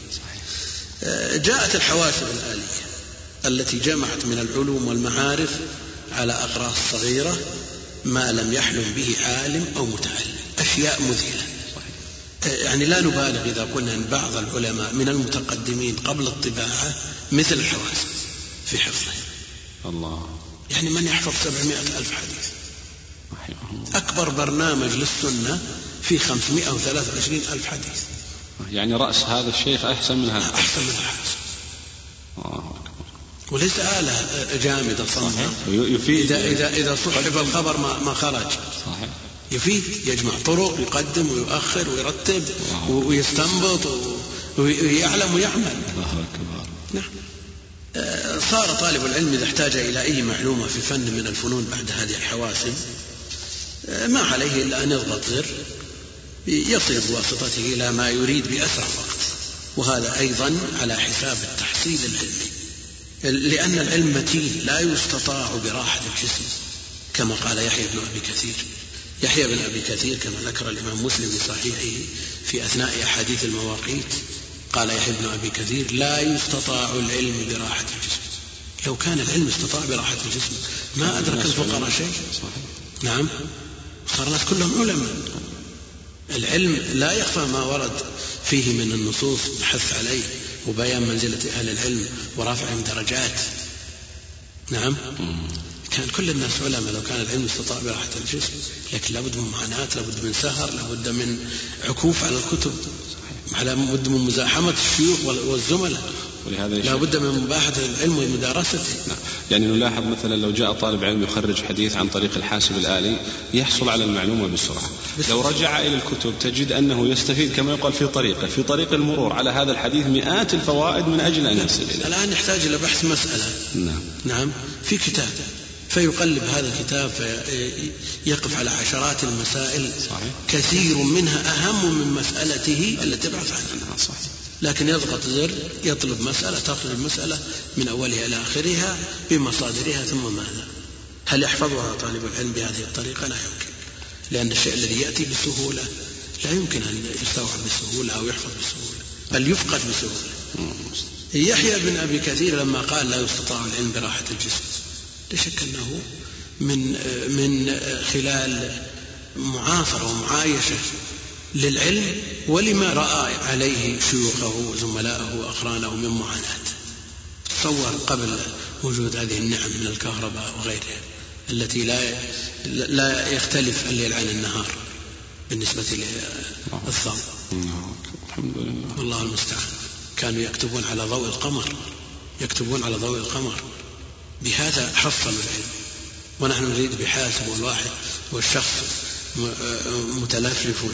Speaker 2: جاءت الحواسب الآلية التي جمعت من العلوم والمعارف على أقراص صغيرة ما لم يحلم به عالم أو متعلم، أشياء مذهلة. يعني لا نبالغ إذا قلنا أن بعض العلماء من المتقدمين قبل الطباعة مثل الحواسب في حفظه.
Speaker 1: الله.
Speaker 2: يعني من يحفظ 700,000 حديث، أكبر برنامج للسنة في 523,000 حديث.
Speaker 1: يعني رأس هذا الشيخ أحسن منها.
Speaker 2: أحسن منها حاسب. وليس آلة جامدة صنعة.
Speaker 1: يفيد.
Speaker 2: إذا صحف الخبر ما خرج.
Speaker 1: صحيح.
Speaker 2: يفيد، يجمع طرق، يقدم ويؤخر ويرتب ويستنبط ويعلم ويعمل.
Speaker 1: الله أكبر.
Speaker 2: نعم. صار طالب العلم إذا احتاج إلى أي معلومة في فن من الفنون بعد هذه الحواسب ما عليه إلا أن يضغط زر يصل بواسطته إلى ما يريد بأسرع وقت، وهذا أيضا على حساب التحصيل العلمي، لأن العلم متين لا يستطاع براحة الجسم، كما قال يحيى بن أبي كثير. يحيى بن أبي كثير كما ذكر الإمام مسلم في صحيحه في أثناء أحاديث المواقيت، قال يحيى بن أبي كثير لا يستطاع العلم براحة الجسم. لو كان العلم استطاع براحة الجسم ما أدرك الفقراء شيء. نعم، صار الناس كلهم علماء. العلم لا يخفى ما ورد فيه من النصوص الحث عليه وبيان منزلة أهل العلم ورفعهم درجات. نعم، كان كل الناس علماء لو كان العلم استطاع براحة الجسم، لكن لابد من معاناة، لابد من سهر، لابد من عكوف على الكتب، لابد من مزاحمة الشيوخ والزملاء.
Speaker 1: ولهذا
Speaker 2: لا بد من مباحثة العلم ومدارسته.
Speaker 1: نعم. يعني نلاحظ مثلا لو جاء طالب علم يخرج حديث عن طريق الحاسب الآلي يحصل على المعلومة بسرعة. لو رجع إلى الكتب تجد أنه يستفيد كما يقال في طريق المرور على هذا الحديث مئات الفوائد من أجل أن يصل إليه.
Speaker 2: الآن يحتاج إلى بحث مسألة. نعم في كتاب فيقلب هذا الكتاب فيقف على عشرات المسائل.
Speaker 1: صحيح.
Speaker 2: كثير منها أهم من مسألته التي يبحث عنها.
Speaker 1: صحيح.
Speaker 2: لكن يضغط زر يطلب مسألة تأخذ المسألة من أولها إلى آخرها بمصادرها ثم ماذا؟ هل يحفظها طالب العلم بهذه الطريقة؟ لا يمكن، لأن الشيء الذي يأتي بسهولة لا يمكن أن يستوعب بسهولة أو يحفظ بسهولة، بل يفقد بسهولة. يحيى بن أبي كثير لما قال لا يستطاع العلم براحة الجسم، لا شك أنه من خلال معاصرة ومعايشة للعلم ولما رأى عليه شيوخه وزملاءه وأقرانه من معاناة. تصور قبل وجود هذه النعم من الكهرباء وغيرها التي لا يختلف الليل عن النهار بالنسبة للظل.
Speaker 1: الحمد لله.
Speaker 2: والله المستعان. كانوا يكتبون على ضوء القمر. بهذا حصلوا العلم، ونحن نريد بحاسب والواحد والشخص متلفلف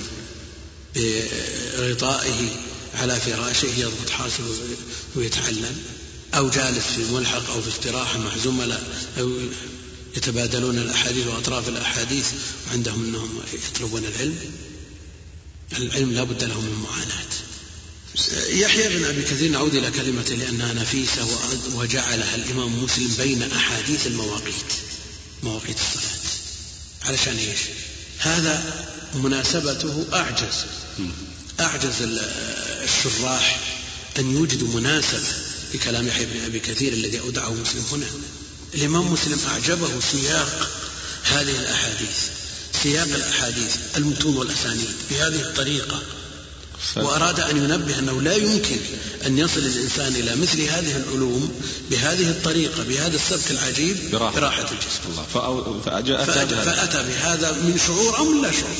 Speaker 2: بغطائه على فراشه يضبط حاسب ويتعلم، أو جالس في ملحق أو في استراحة مع زملاء أو يتبادلون الأحاديث وأطراف الأحاديث وعندهم أنهم يطلبون العلم لا بد له من معاناة. يحيى بن أبي كثير نعود إلى كلمة لأنها نفيسة وجعلها الإمام مسلم بين أحاديث مواقيت الصلاة. علشان إيش؟ هذا مناسبته أعجز الشراح أن يوجدوا مناسبة لكلام يحيى بن أبي كثير الذي أودعه مسلم هنا. الإمام مسلم أعجبه سياق هذه الأحاديث، سياق الأحاديث المتون والأسانيد بهذه الطريقة، وأراد أن ينبه أنه لا يمكن أن يصل الإنسان إلى مثل هذه العلوم بهذه الطريقة بهذا السبك العجيب براحة الجسم. فأتى بهذا من شعور أو من لا شعور.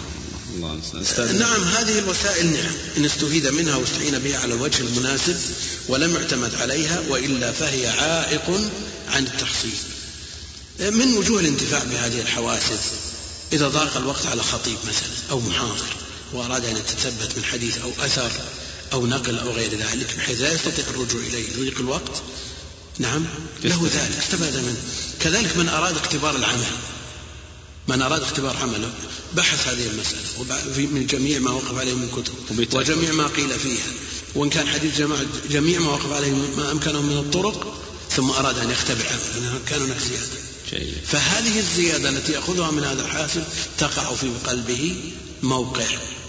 Speaker 2: نعم هذه الوسائل نعم إن استفيد منها واستعين بها على الوجه المناسب ولم يعتمد عليها، وإلا فهي عائق عن التحصيل. من وجوه الانتفاع بهذه الحواسب إذا ضاق الوقت على خطيب مثلا أو محاضر وأراد أن يتثبت من حديث أو أثر أو نقل أو غير ذلك بحيث لا يستطيع الرجوع إليه يضيق الوقت، نعم له ذلك استفاد منه. كذلك من أراد اختبار عمله بحث هذه المسألة من جميع ما وقف عليه من كتب وجميع ما قيل فيها، وإن كان حديث جميع ما وقف عليه ما أمكنه من الطرق، ثم أراد أن يختبر عنه كان هناك زيادة. فهذه الزيادة التي يأخذها من هذا الحاسب تقع في قلبه موقع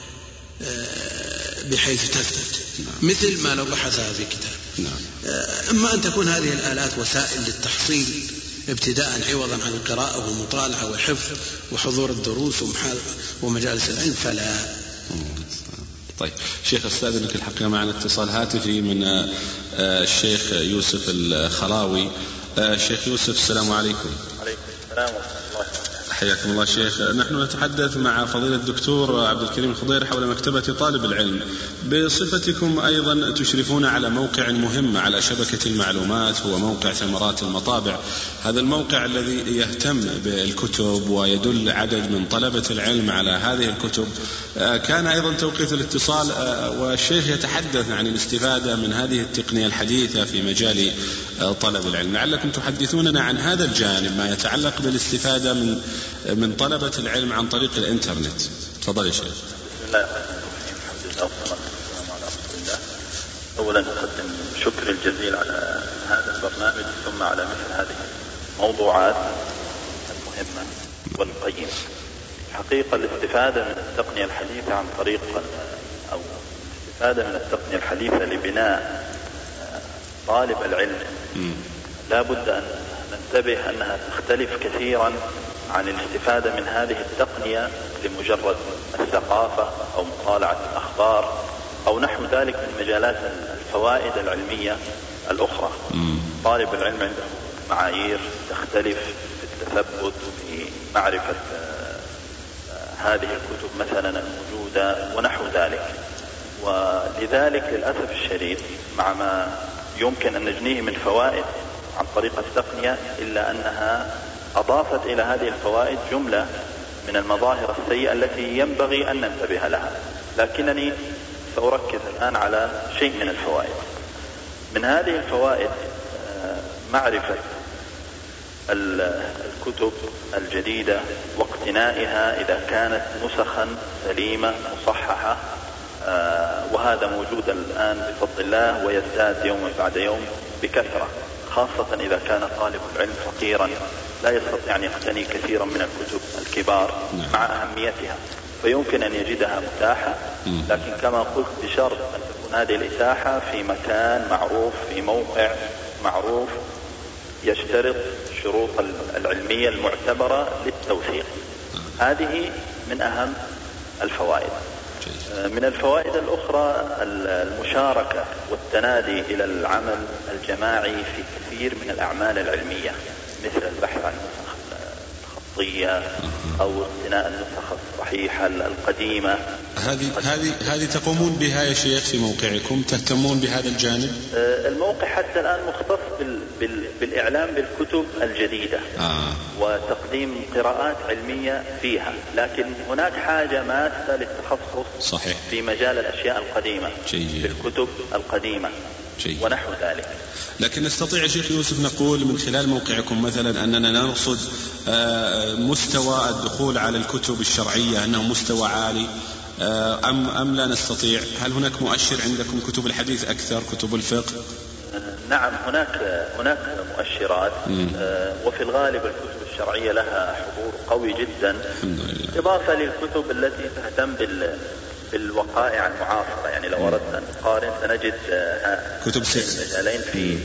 Speaker 2: بحيث تثبت مثل ما لو بحثها في كتاب. أما أن تكون هذه الآلات وسائل للتحصيل ابتداء عوضا عن القراءة والمطالعة والحفظ وحضور الدروس ومجالس العلم فلا.
Speaker 1: طيب شيخ أستاذنك الحقيقة معنا اتصال هاتفي من الشيخ يوسف الخلاوي. شيخ يوسف السلام عليكم.
Speaker 3: عليكم السلام ورحمة الله.
Speaker 1: حياكم الله شيخ. نحن نتحدث مع فضيلة الدكتور عبد الكريم الخضير حول مكتبة طالب العلم. بصفتكم أيضا تشرفون على موقع مهم على شبكة المعلومات هو موقع ثمرات المطابع. هذا الموقع الذي يهتم بالكتب ويدل عدد من طلبة العلم على هذه الكتب. كان أيضا توقيت الاتصال والشيخ يتحدث عن الاستفادة من هذه التقنية الحديثة في مجال طلب العلم. لعلكم تحدثوننا عن هذا الجانب ما يتعلق بالاستفادة من طلبة العلم عن طريق الإنترنت. تفضل يا شيخ.
Speaker 3: بسم الله الرحمن الرحيم. الحمد لله والصلاة والسلام على رسول الله. أولا أقدم شكر الجزيل على هذا البرنامج ثم على مثل هذه الموضوعات المهمة والقيمة. حقيقة الاستفادة من التقنية الحديثة عن طريق أو الاستفادة من التقنية الحديثة لبناء طالب العلم لا بد أن ننتبه أنها تختلف كثيرا عن الاستفادة من هذه التقنية لمجرد الثقافة أو مطالعة الأخبار أو نحو ذلك من مجالات الفوائد العلمية الأخرى. طالب العلم عنده معايير تختلف في التثبت في معرفة هذه الكتب مثلا الموجودة ونحو ذلك. ولذلك للأسف الشديد مع ما يمكن أن نجنيه من فوائد عن طريق التقنية، إلا أنها أضافت إلى هذه الفوائد جملة من المظاهر السيئة التي ينبغي أن ننتبه لها. لكنني سأركز الآن على شيء من الفوائد. من هذه الفوائد معرفة الكتب الجديدة واقتنائها إذا كانت نسخا سليمة مصححة، وهذا موجود الآن بفضل الله ويزداد يوم بعد يوم بكثرة، خاصة إذا كان طالب العلم فقيرا لا يستطيع أن يقتني كثيرا من الكتب الكبار مع أهميتها، فيمكن أن يجدها متاحة، لكن كما قلت بشرط أن تكون هذه الإتاحة في مكان معروف، في موقع معروف يشترط الشروط العلمية المعتبرة للتوثيق. هذه من أهم الفوائد. من الفوائد الأخرى المشاركة والتنادي إلى العمل الجماعي في كثير من الأعمال العلمية، مثل البحث عن النسخ الخطية أو اقتناء النسخ الصحيحة القديمة.
Speaker 1: هذه تقومون بها يا شيخ في موقعكم؟ تهتمون بهذا الجانب؟
Speaker 3: الموقع حتى الآن مختص بالإعلام بالكتب الجديدة وتقديم قراءات علمية فيها، لكن هناك حاجة ماسة للتخصص
Speaker 1: صحيح
Speaker 3: في مجال الأشياء القديمة في الكتب القديمة ونحو ذلك.
Speaker 1: لكن نستطيع يا شيخ يوسف نقول من خلال موقعكم مثلا أننا نرصد مستوى الدخول على الكتب الشرعية أنه مستوى عالي أم لا نستطيع؟ هل هناك مؤشر عندكم كتب الحديث أكثر، كتب الفقه؟
Speaker 3: نعم، هناك مؤشرات، وفي الغالب الكتب الشرعية لها حضور قوي جدا، إضافة للكتب التي تهتم بالوقائع المعاصرة. يعني لو أردنا أن نقارن سنجد
Speaker 1: كتب
Speaker 3: مجالين في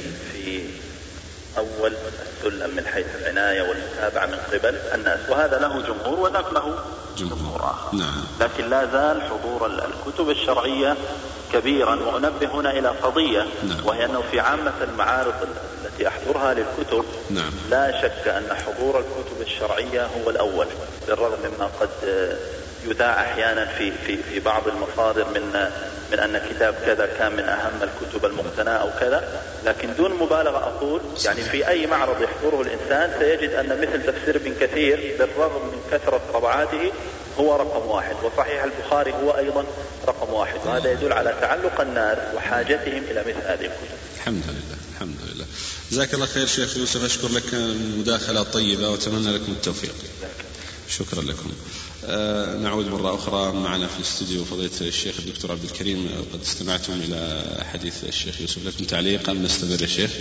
Speaker 3: أول السلم من حيث العناية والمتابعة من قبل الناس، وهذا له جمهور وذاك له جمهور آخر. لكن لا زال حضور الكتب الشرعية كبيرا. وأنبه هنا إلى قضية، وهي أنه في عامة المعارض التي أحضرها للكتب لا شك أن حضور الكتب الشرعية هو الأول، بالرغم مما قد يذاع أحيانا في بعض المصادر من أن كتاب كذا كان من أهم الكتب المقتناة أو كذا، لكن دون مبالغة أقول يعني في أي معرض يحضره الإنسان سيجد أن مثل تفسير ابن كثير بالرغم من كثرة طبعاته هو رقم واحد، وصحيح البخاري هو أيضا رقم واحد، وهذا يدل على تعلق الناس وحاجتهم إلى مثل هذه الكتب.
Speaker 1: الحمد لله. جزاك الله خير شيخ يوسف، أشكر لك المداخلة الطيبة وأتمنى لكم التوفيق. شكرا لكم. نعود مرة أخرى معنا في الاستديو فضيلة الشيخ الدكتور عبد الكريم. قد استمعتم إلى حديث الشيخ يوسف، لكم تعليق أم نستمر يا شيخ؟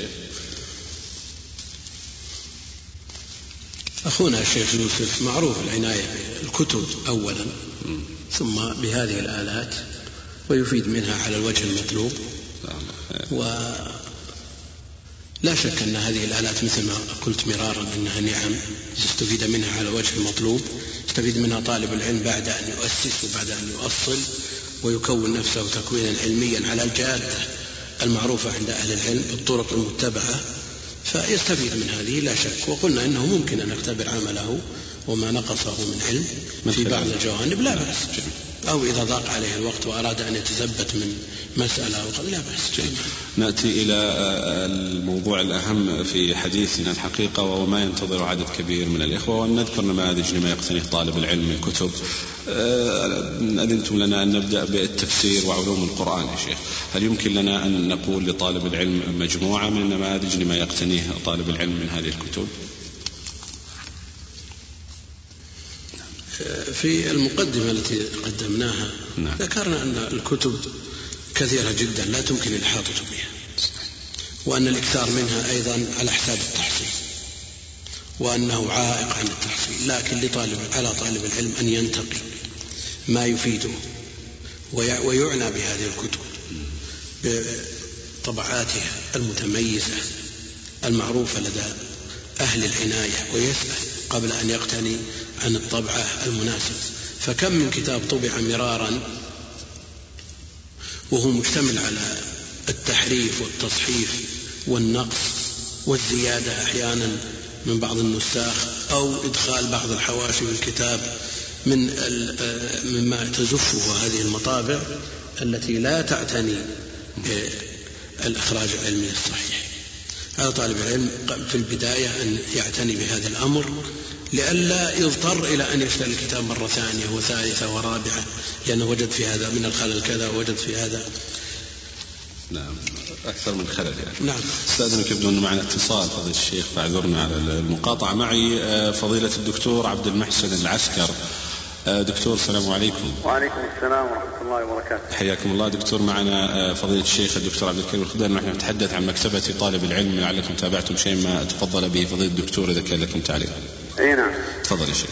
Speaker 2: أخونا الشيخ يوسف معروف العناية بالكتب أولا ثم بهذه الآلات، ويفيد منها على الوجه المطلوب. ولا شك أن هذه الآلات مثل ما قلت مرارا أنها نعم يستفيد منها على وجه المطلوب، يستفيد منها طالب العلم بعد أن يؤسس وبعد أن يؤصل ويكون نفسه تكوينا علميا على الجادة المعروفة عند أهل العلم بالطرق المتبعة، فيستفيد من هذه لا شك. وقلنا إنه ممكن أن نختبر عمله وما نقصه من علم في بعض الجوانب لا بأس، أو إذا ضاق عليه الوقت وأراد أن يتثبت من مسألة وقد لا بأس.
Speaker 1: نأتي إلى الموضوع الأهم في حديثنا الحقيقة، وهو ما ينتظر عدد كبير من الإخوة، ونذكر نماذج لما يقتنيه طالب العلم من كتب. أذنتم لنا أن نبدأ بالتفسير وعلوم القرآن يا شيخ، هل يمكن لنا أن نقول لطالب العلم مجموعة من النماذج لما يقتنيه طالب العلم من هذه الكتب؟
Speaker 2: في المقدمة التي قدمناها ذكرنا أن الكتب كثيرة جدا لا تمكن الإحاطة بها، وأن الإكثار منها أيضا على حساب التحصيل، وأنه عائق عن التحصيل، لكن على طالب العلم أن ينتقي ما يفيده ويعنى بهذه الكتب بطبعاتها المتميزة المعروفة لدى أهل العناية، ويسأل قبل أن يقتني عن الطبعة المناسبة. فكم من كتاب طبع مرارا وهو مشتمل على التحريف والتصحيف والنقص والزيادة أحيانا من بعض النساخ، أو إدخال بعض الحواشي والكتاب مما تزفه هذه المطابع التي لا تعتني الإخراج العلمي الصحيح. هذا طالب العلم في البداية أن يعتني بهذا الأمر لئلا يضطر إلى أن يشتري الكتاب مرة ثانية وثالثة ورابعة، لأنه وجد في هذا من الخلل كذا ووجد في هذا.
Speaker 1: نعم، أكثر من خلل يعني.
Speaker 2: نعم.
Speaker 1: استاذنك يبدو أن معنا اتصال فضيلة الشيخ، فاعذرنا على المقاطعة. معي فضيلة الدكتور عبد المحسن العسكر. دكتور السلام عليكم.
Speaker 4: وعليكم السلام ورحمة الله وبركاته.
Speaker 1: حياكم الله دكتور. معنا فضيلة الشيخ الدكتور عبد الكريم الخدام. نحن نتحدث عن مكتبة طالب العلم، لعلكم تابعتم شيء ما تفضل به فضيلة الدكتور إذا كان لكم تعليق.
Speaker 4: أي نعم.
Speaker 1: تفضل يا شيخ.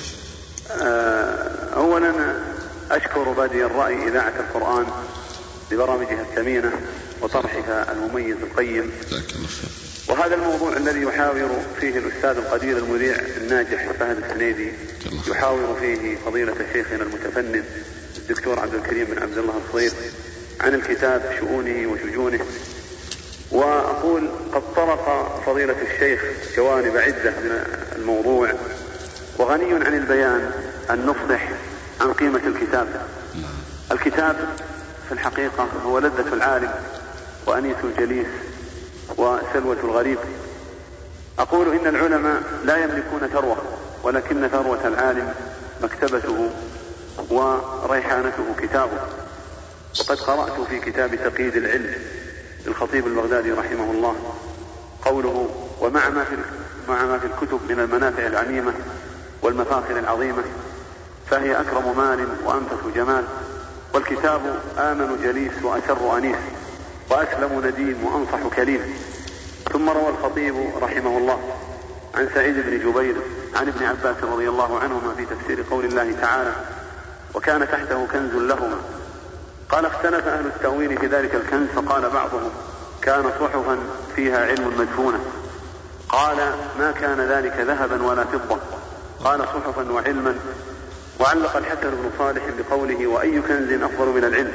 Speaker 4: أولا أشكر بادئ الرأي إذاعة القرآن ببرامجها الثمينة وطرحها المميز القيم، وهذا الموضوع الذي يحاور فيه الأستاذ القدير المذيع الناجح فهد السنيدي، يحاور فيه فضيلة شيخنا المتفنن الدكتور عبد الكريم بن عبد الله الصغير عن الكتاب شؤونه وشجونه. وأقول قد طرق فضيلة الشيخ جوانب عدة من الموضوع، وغني عن البيان أن نفضح عن قيمة الكتاب. الكتاب في الحقيقة هو لذة العالم وأنيس الجليس وسلوة الغريب. أقول إن العلماء لا يملكون ثروة، ولكن ثروة العالم مكتبته وريحانته كتابه. وقد قرأت في كتاب تقييد العلم للخطيب البغدادي رحمه الله قوله: ومع ما في الكتب من المنافع العميمة والمفاخر العظيمة، فهي أكرم مال وأنفس جمال، والكتاب آمن جليس وأسر أنيس، وأسلم نديم وأنصح كليم. ثم روى الخطيب رحمه الله عن سعيد بن جبير عن ابن عباس رضي الله عنهما في تفسير قول الله تعالى: وكان تحته كنز لهما. قال: اختلف أهل التأويل في ذلك الكنز، فقال بعضهم: كان صحفا فيها علم مدفونة. قال: ما كان ذلك ذهبا ولا فضة، قال: صحفا وعلما. وعلق الحسن بن صالح بقوله: وأي كنز أفضل من العلم.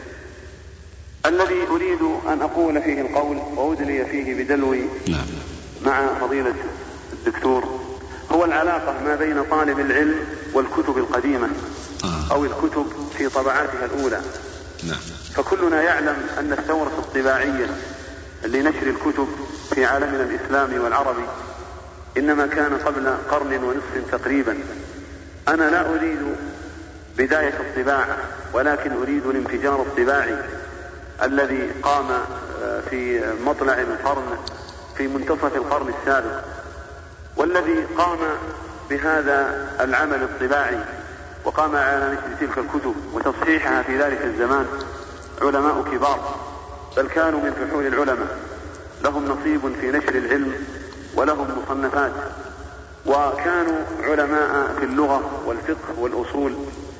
Speaker 4: الذي أريد أن أقول فيه القول وأدلي فيه بدلوي مع فضيلة الدكتور هو العلاقة ما بين طالب العلم والكتب القديمة أو الكتب في طبعاتها الأولى. فكلنا يعلم أن الثورة الطباعية لنشر الكتب في عالمنا الإسلامي والعربي إنما كان قبل قرن ونصف تقريبا. أنا لا أريد بداية الطباعة، ولكن أريد الانفجار الطباعي الذي قام في مطلع القرن في منتصف القرن السابق، والذي قام بهذا العمل الطباعي وقام على نشر تلك الكتب وتصحيحها في ذلك الزمان علماء كبار، بل كانوا من فحول العلماء، لهم نصيب في نشر العلم ولهم مصنفات، وكانوا علماء في اللغة والفقه والأصول.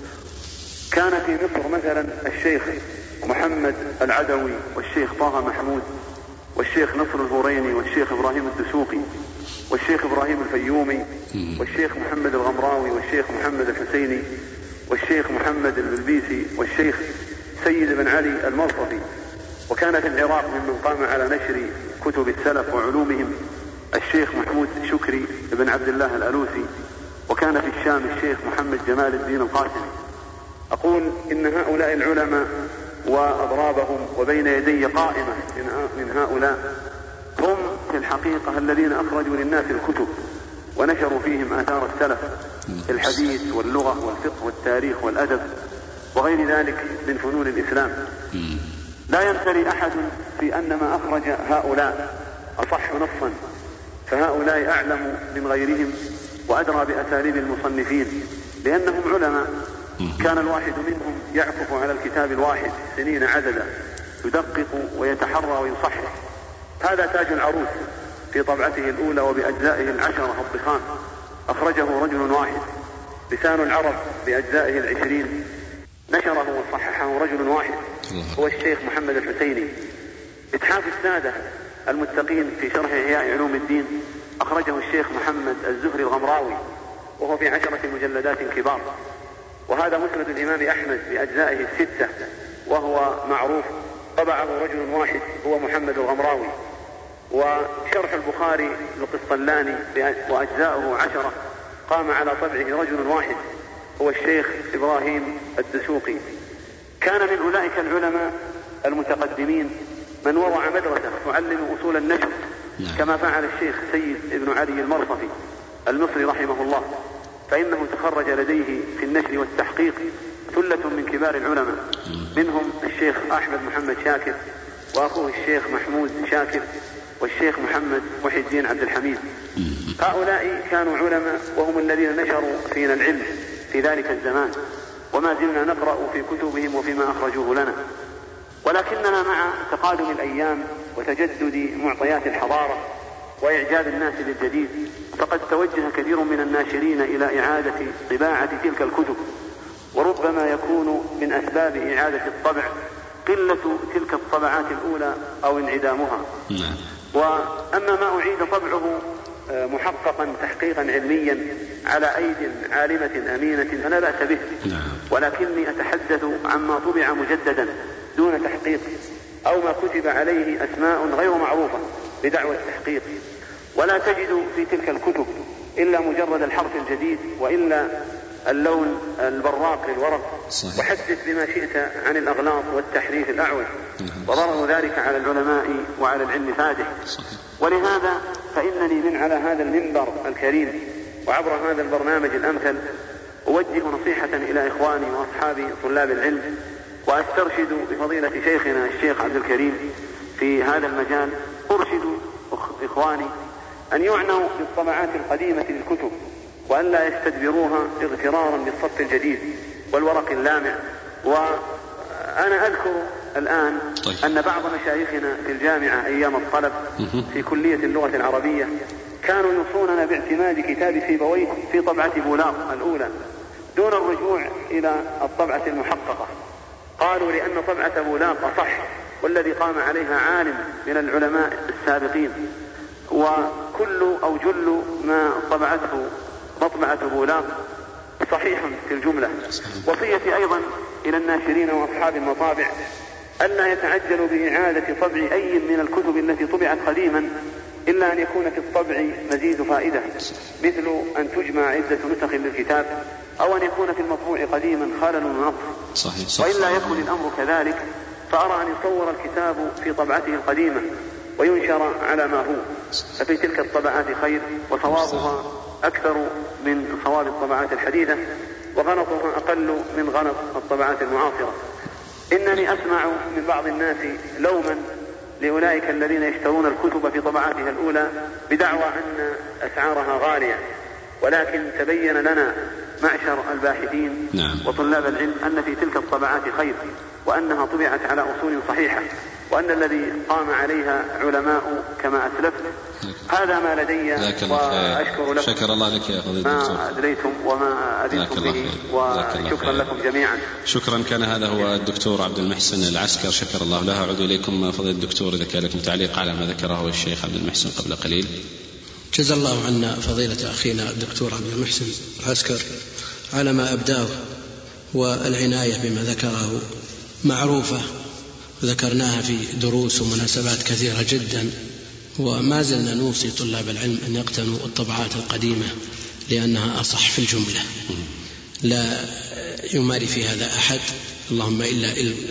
Speaker 4: كان في مصر مثلا الشيخ محمد العدوي والشيخ طه محمود والشيخ نصر الهوريني والشيخ إبراهيم الدسوقي والشيخ إبراهيم الفيومي والشيخ محمد الغمراوي والشيخ محمد الحسيني والشيخ محمد البلبيسي والشيخ سيد بن علي المرصفي. وكان في العراق ممن قام على نشر كتب السلف وعلومهم الشيخ محمود شكري بن عبد الله الألوسي. وكان في الشام الشيخ محمد جمال الدين القاسمي. أقول إن هؤلاء العلماء وأضرابهم وبين يدي قائمة من هؤلاء هم في الحقيقة الذين أخرجوا للناس الكتب ونشروا فيهم آثار السلف في الحديث واللغة والفقه والتاريخ والأدب وغير ذلك من فنون الإسلام. لا يمتري أحد في أن ما أخرج هؤلاء أصح نصا، فهؤلاء أعلم من غيرهم وأدرى بأساليب المصنفين، لأنهم علماء. كان الواحد منهم يعكف على الكتاب الواحد سنين عددا، يدقق ويتحرى ويصحح. هذا تاج العروس في طبعته الأولى وبأجزائه 10 الضخام، أخرجه رجل واحد. لسان العرب بأجزائه 20 نشره وصححه رجل واحد هو الشيخ محمد الحسيني. إتحاف السادة المتقين في شرح إحياء علوم الدين أخرجه الشيخ محمد الزهري الغمراوي وهو في 10 مجلدات كبار. وهذا مسند الإمام أحمد بأجزائه 6 وهو معروف، طبعه رجل واحد هو محمد الغمراوي. وشرح البخاري للقسطلاني وأجزاؤه 10 قام على طبعه رجل واحد هو الشيخ إبراهيم الدسوقي. كان من أولئك العلماء المتقدمين من وضع مدرسة تعلم أصول النشر كما فعل الشيخ سيد ابن علي المرصفي المصري رحمه الله، فإنه تخرج لديه في النشر والتحقيق ثلة من كبار العلماء، منهم الشيخ أحمد محمد شاكر وأخوه الشيخ محمود شاكر والشيخ محمد محي الدين عبد الحميد. هؤلاء كانوا علماء وهم الذين نشروا فينا العلم في ذلك الزمان، وما زلنا نقرأ في كتبهم وفيما أخرجوه لنا. ولكننا مع تقادم الأيام وتجدد معطيات الحضارة وإعجاب الناس بالجديد، فقد توجه كثير من الناشرين إلى إعادة طباعة تلك الكتب، وربما يكون من أسباب إعادة الطبع قلة تلك الطبعات الأولى أو انعدامها. وأما ما أعيد طبعه محققا تحقيقا علميا على أيد عالمة أمينة فلا بأس به، ولكني أتحدث عما طبع مجددا دون تحقيق أو ما كتب عليه أسماء غير معروفة بدعوى التحقيق، ولا تجد في تلك الكتب إلا مجرد الحرف الجديد وإلا اللون البراق للورق. وحدث بما شئت عن الأغلاط والتحريف الأعوج، وضرر ذلك على العلماء وعلى العلم فادح. ولهذا فإنني من على هذا المنبر الكريم وعبر هذا البرنامج الأمثل أوجه نصيحة إلى إخواني وأصحابي طلاب العلم، وأسترشد بفضيلة شيخنا الشيخ عبد الكريم في هذا المجال. أرشد إخواني أن يعنوا بالطبعات القديمة للكتب وأن لا يستدبروها اغترارا بالصف الجديد والورق اللامع. وأنا أذكر الآن أن بعض مشايخنا في الجامعة أيام الطلب في كلية اللغة العربية كانوا يوصوننا باعتماد كتاب سيبويه في طبعة بولاق الأولى دون الرجوع إلى الطبعة المحققة. قالوا لأن طبعة بولاق صح، والذي قام عليها عالم من العلماء السابقين، وكل أو جل ما طبعته مطبعة بولاق صحيح في الجملة. وصيتي أيضا إلى الناشرين وأصحاب المطابع ألا يتعجلوا بإعادة طبع أي من الكتب التي طبعت قديما إلا أن يكون في الطبع مزيد فائدة، مثل أن تجمع عدة نسخ للكتاب، أو أن يكون في المطبوع قديما خلل ونقص. وإلا يكون الأمر كذلك فأرى أن يصور الكتاب في طبعته القديمة وينشر على ما هو، ففي تلك الطبعات خير وصوابها أكثر من صواب الطبعات الحديثة، وغلطها أقل من غلط الطبعات المعاصرة. إنني أسمع من بعض الناس لوما لأولئك الذين يشترون الكتب في طبعاتها الأولى بدعوى أن أسعارها غالية، ولكن تبين لنا معشر الباحثين وطلاب العلم أن في تلك الطبعات خير، وأنها طبعت على أصول صحيحة، وأن الذي قام عليها علماء كما أسلفت. هذا ما لدي، وأشكر لكم.
Speaker 1: شكر الله لك يا فضيلة الدكتور،
Speaker 4: ما أدريتم وما أدريتم به، وشكرا لكم جميعا.
Speaker 1: شكرا. كان هذا هو الدكتور عبد المحسن العسكر، شكر الله له. أعود إليكم فضيلة الدكتور إذا كان لكم تعليق على ما ذكره الشيخ عبد المحسن قبل قليل.
Speaker 2: جزا الله عنا فضيلة أخينا الدكتور عبد المحسن العسكر على ما أبداه، والعناية بما ذكره معروفة ذكرناها في دروس ومناسبات كثيرة جدا، وما زلنا نوصي طلاب العلم أن يقتنوا الطبعات القديمة لأنها أصح في الجملة، لا يماري في هذا أحد، اللهم إلا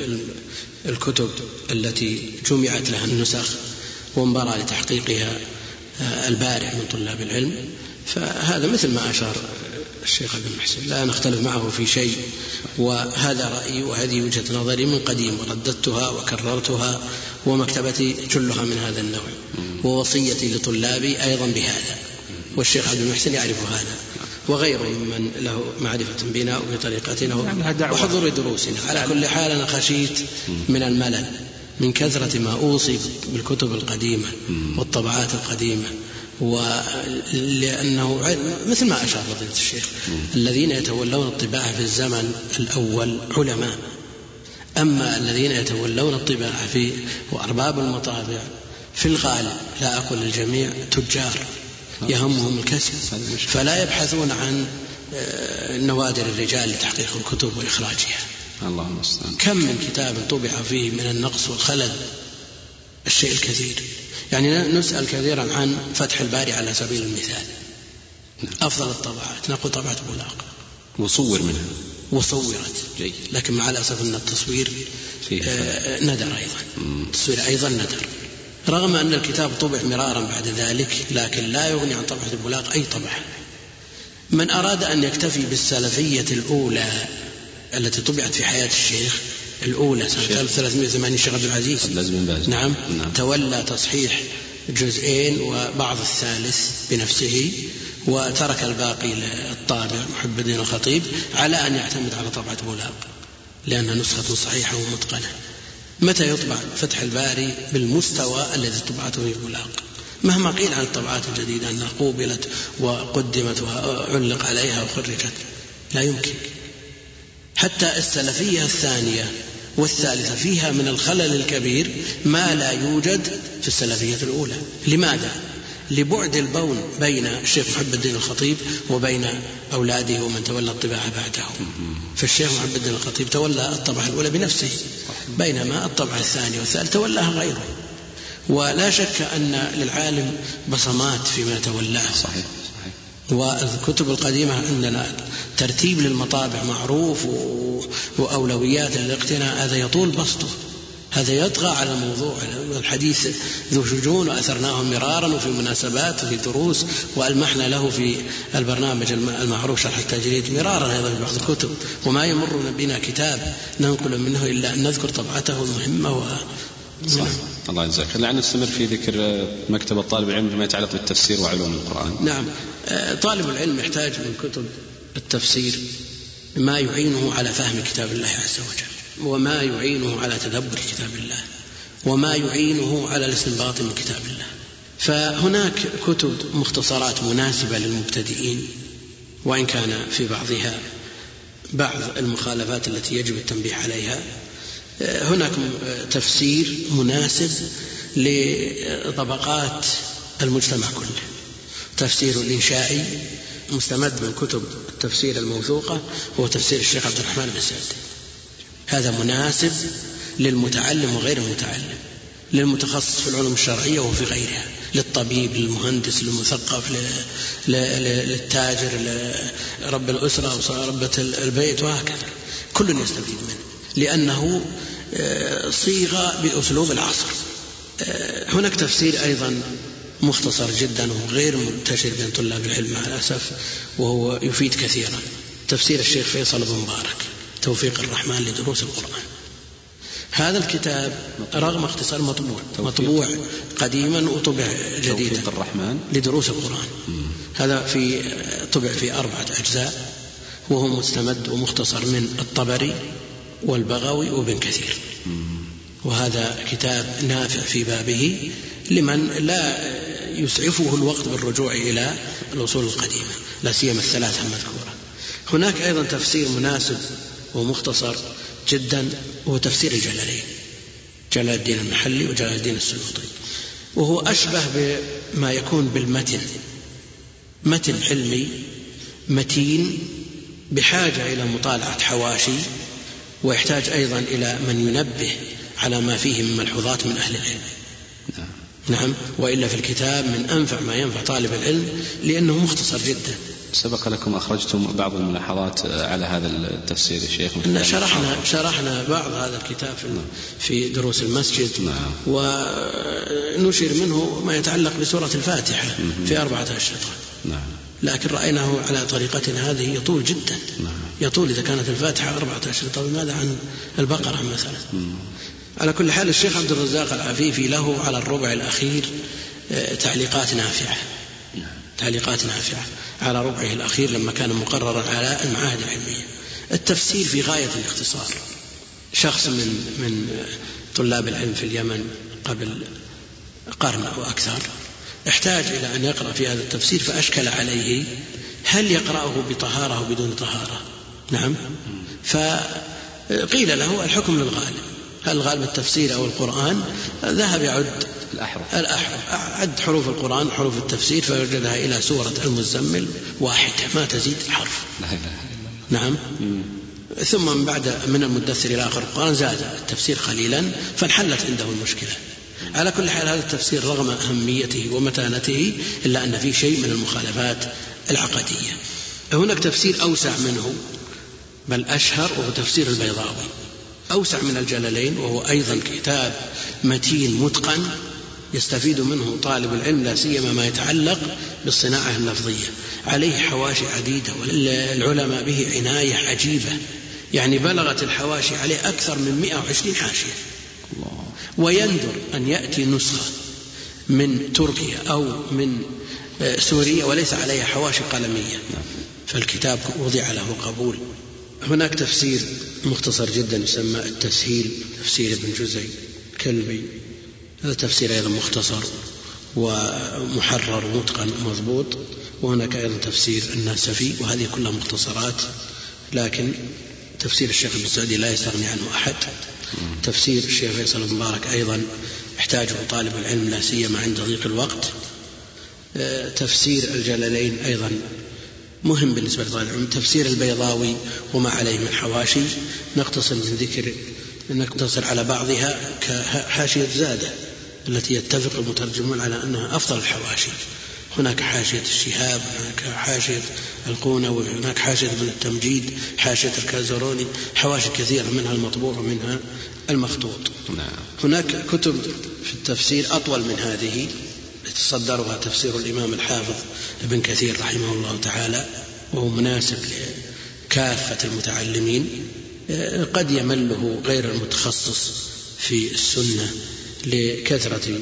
Speaker 2: الكتب التي جمعت لها النسخ وانبرى لتحقيقها البارع من طلاب العلم. فهذا مثل ما أشار الشيخ عبد المحسن، لا نختلف معه في شيء، وهذا رأيي وهذه وجهة نظري من قديم، ورددتها وكررتها، ومكتبتي جلها من هذا النوع، ووصيتي لطلابي أيضا بهذا، والشيخ عبد المحسن يعرف هذا، وغيره من له معرفة بنا وبطريقتنا وحضور دروسنا. على كل حال أنا خشيت من الملل من كثرة ما أوصي بالكتب القديمة والطبعات القديمة، ولأنه مثل ما أشار فضيلة الشيخ الذين يتولون الطباعة في الزمن الأول علماء، أما الذين يتولون الطباعة في وأرباب المطابع في الغالب، لا أقول الجميع، تجار يهمهم الكسب، فلا يبحثون عن نوادر الرجال لتحقيق الكتب وإخراجها.
Speaker 1: اللهم استعان.
Speaker 2: كم من كتاب طبع فيه من النقص والخلل الشيء الكثير، يعني نسأل كثيرا عن فتح الباري على سبيل المثال، أفضل الطبعات نقول طبعة بولاق،
Speaker 1: وصور منها
Speaker 2: وصورت، لكن مع الأسف أن التصوير ندر أيضا، التصوير أيضا ندر، رغم أن الكتاب طبع مرارا بعد ذلك، لكن لا يغني عن طبعة البلاغ أي طبعة. من أراد أن يكتفي بالسلفية الأولى التي طبعت في حياة الشيخ الأولى سنة 1380 الشيخ عبد العزيز نعم تولى تصحيح جزئين وبعض الثالث بنفسه، وترك الباقي للطابع محب الدين الخطيب على أن يعتمد على طبعة بولاق لأنها نسخة صحيحة ومتقنة. متى يطبع فتح الباري بالمستوى الذي طبعته في بولاق؟ مهما قيل عن الطبعات الجديدة أنها قوبلت وقدمت وعلق عليها وخرجت، لا يمكن. حتى السلفية الثانية والثالثة فيها من الخلل الكبير ما لا يوجد في السلفية الأولى. لماذا؟ لبعد البون بين الشيخ محب الدين الخطيب وبين أولاده ومن تولى الطباعة بعده. فالشيخ محب الدين الخطيب تولى الطبعة الأولى بنفسه، بينما الطبعة الثانية والثالثة تولاها غيره. ولا شك أن للعالم بصمات فيما تولاه. صحيح. والكتب القديمة عندنا ترتيب للمطابع معروف وأولويات للاقتناء، هذا يطول بسطه، هذا يطغى على الموضوع. الحديث ذو شجون وأثرناه مرارا وفي مناسبات وفي دروس، وألمحنا له في البرنامج المعروف شرح التجريد مرارا أيضا في بعض الكتب، وما يمر بنا كتاب ننقل منه إلا أن نذكر طبعته المهمة
Speaker 1: صح. الله يجزاك. لعل نستمر في ذكر مكتبة طالب العلم فيما يتعلق بالتفسير وعلوم القرآن.
Speaker 2: نعم، طالب العلم يحتاج من كتب التفسير ما يعينه على فهم كتاب الله عز وجل، وما يعينه على تدبر كتاب الله، وما يعينه على الاستنباط من كتاب الله. فهناك كتب مختصرات مناسبة للمبتدئين، وإن كان في بعضها بعض المخالفات التي يجب التنبيه عليها. هناك تفسير مناسب لطبقات المجتمع كله، تفسير الإنشائي مستمد من كتب التفسير الموثوقة، هو تفسير الشيخ عبد الرحمن بن سعد. هذا مناسب للمتعلم وغير المتعلم، للمتخصص في العلوم الشرعية وفي غيرها، للطبيب، للمهندس، للمثقف، للتاجر، لرب الأسرة وربة البيت، وهكذا كل يستفيد منه لأنه صيغة بأسلوب العصر. هناك تفسير أيضا مختصر جدا وغير منتشر بين طلاب العلم مع الأسف، وهو يفيد كثيرا، تفسير الشيخ فيصل بن مبارك توفيق الرحمن لدروس القرآن. هذا الكتاب رغم اختصار مطبوع قديما وطبع جديدا،
Speaker 1: توفيق الرحمن
Speaker 2: لدروس القرآن. هذا طبع في 4 أجزاء، وهو مستمد ومختصر من الطبري والبغوي وابن كثير. وهذا كتاب نافع في بابه لمن لا يسعفه الوقت بالرجوع إلى الأصول القديمة، لا سيما الثلاثة المذكورة. هناك أيضا تفسير مناسب ومختصر جدا، وهو تفسير الجلالين، جلال الدين المحلي وجلال الدين السيوطي، وهو أشبه بما يكون بالمتن، متن علمي متين بحاجة إلى مطالعة حواشي، ويحتاج أيضا إلى من ينبه على ما فيه من ملحوظات من أهل العلم. نعم، وإلا في الكتاب من أنفع ما ينفع طالب العلم لأنه مختصر جدا.
Speaker 1: سبق لكم أخرجتم بعض الملاحظات على هذا التفسير يا شيخ؟
Speaker 2: شرحنا بعض هذا الكتاب في دروس المسجد، ونشير منه ما يتعلق بسورة الفاتحة في 4 أشرطة. لكن رأيناه على طريقتنا هذه يطول جدا، يطول إذا كانت الفاتحة 4 أشرطة، بماذا عن البقرة مثلا؟ على كل حال الشيخ عبد الرزاق العفيفي له على الربع الأخير تعليقات نافعة على ربعه الأخير لما كان مقررا على المعاهد العلمية. التفسير في غاية الاختصار. شخص من طلاب العلم في اليمن قبل قرن أو أكثر احتاج إلى أن يقرأ في هذا التفسير، فأشكل عليه هل يقرأه بطهارة أو بدون طهارة؟ نعم، فقيل له الحكم للغالب، هل غالب التفسير أو القرآن؟ ذهب يعد الأحرف، عد حروف القرآن حروف التفسير، فوجدها إلى سورة المزمل 1 ما تزيد حرف. نعم. ثم من بعد من المدثر إلى آخر القرآن زاد التفسير قليلا، فانحلت عنده المشكلة. على كل حال هذا التفسير رغم أهميته ومتانته إلا أن فيه شيء من المخالفات العقدية. هناك تفسير أوسع منه بل أشهر وهو تفسير البيضاوي، أوسع من الجلالين، وهو أيضا كتاب متين متقن يستفيد منه طالب العلم، لا سيما ما يتعلق بالصناعة اللفظية. عليه حواشي عديدة، والعلماء به عناية عجيبة، يعني بلغت الحواشي عليه أكثر من 120 حاشية. ويندر أن يأتي نسخة من تركيا أو من سوريا وليس عليها حواشي قلمية، فالكتاب وضع له قبول. هناك تفسير مختصر جدا يسمى التسهيل، تفسير ابن جزي كلبي، هذا تفسير أيضا مختصر ومحرر ومتقن ومضبوط. وهناك أيضا تفسير الناسفي، وهذه كلها مختصرات، لكن تفسير الشيخ ابن سعدي لا يستغني عنه أحد. تفسير الشيخ فيصل المبارك أيضا يحتاجه طالب العلم لا سيما عند ضيق الوقت. تفسير الجلالين أيضا مهم بالنسبة لطالب العلم. تفسير البيضاوي وما عليه من حواشي، نقتصر من ذكر نقتصر على بعضها كحاشية زادة التي يتفق المترجمون على أنها أفضل الحواشي. هناك حاشية الشهاب، هناك حاشية القونوي، هناك حاشية ابن التمجيد، حاشية الكازروني، حواشي كثيرة منها المطبوع ومنها المخطوط. هناك كتب في التفسير أطول من هذه يتصدرها تفسير الإمام الحافظ ابن كثير رحمه الله تعالى، وهو مناسب لكافة المتعلمين. قد يمله غير المتخصص في السنة لكثرة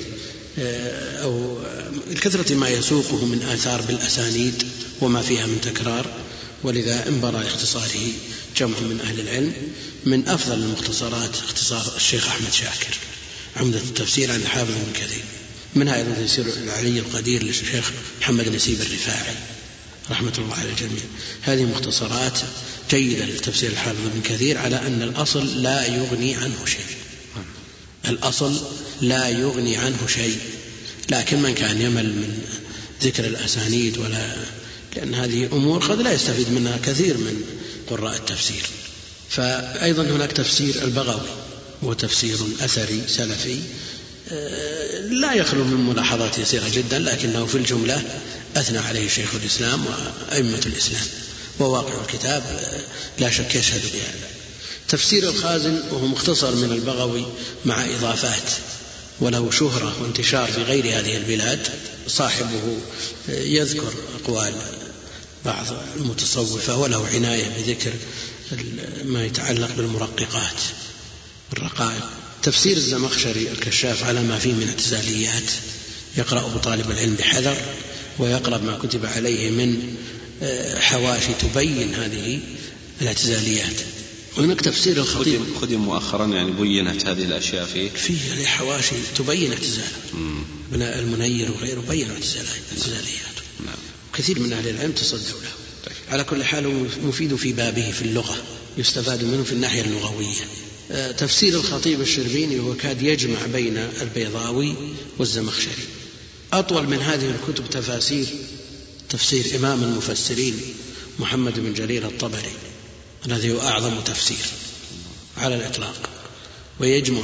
Speaker 2: ما يسوقه من آثار بالأسانيد وما فيها من تكرار، ولذا انبرى لاختصاره جمع من أهل العلم. من أفضل المختصرات اختصار الشيخ أحمد شاكر عمدة التفسير عن الحافظ ابن كثير، منها أيضا تفسير العلي القدير للشيخ محمد نسيب الرفاعي رحمة الله على الجميع. هذه مختصرات جيدة لتفسير الحافظ ابن كثير، على أن الأصل لا يغني عنه شيء، الأصل لا يغني عنه شيء. لكن من كان يمل من ذكر الأسانيد لأن هذه أمور قد لا يستفيد منها كثير من قراء التفسير. فأيضا هناك تفسير البغوي، وتفسير أثري سلفي لا يخلو من ملاحظات يسيرة جدا، لكنه في الجملة أثنى عليه شيخ الإسلام وأئمة الإسلام، وواقع الكتاب لا شك يشهد بهذا. تفسير الخازن وهو مختصر من البغوي مع إضافات، وله شهرة وانتشار في غير هذه البلاد. صاحبه يذكر أقوال بعض المتصوفة، وله عناية بذكر ما يتعلق بالمرققات الرقائق. تفسير الزمخشري الكشاف على ما فيه من اعتزاليات، يقرأ طالب العلم بحذر، ويقرأ ما كتب عليه من حواشي تبين هذه الاعتزاليات. هناك تفسير الخطيب
Speaker 1: خدم مؤخرا، يعني بينت هذه الأشياء
Speaker 2: فيه حواشي تبين اعتزاله، من المنير وغيره بين اعتزاليات. كثير من أهل العلم تصدوا له. على كل حال مفيد في بابه في اللغة، يستفاد منه في الناحية اللغوية. تفسير الخطيب الشربيني هو كاد يجمع بين البيضاوي والزمخشري. أطول من هذه الكتب تفسير إمام المفسرين محمد بن جرير الطبري، الذي هو أعظم تفسير على الإطلاق، ويجمع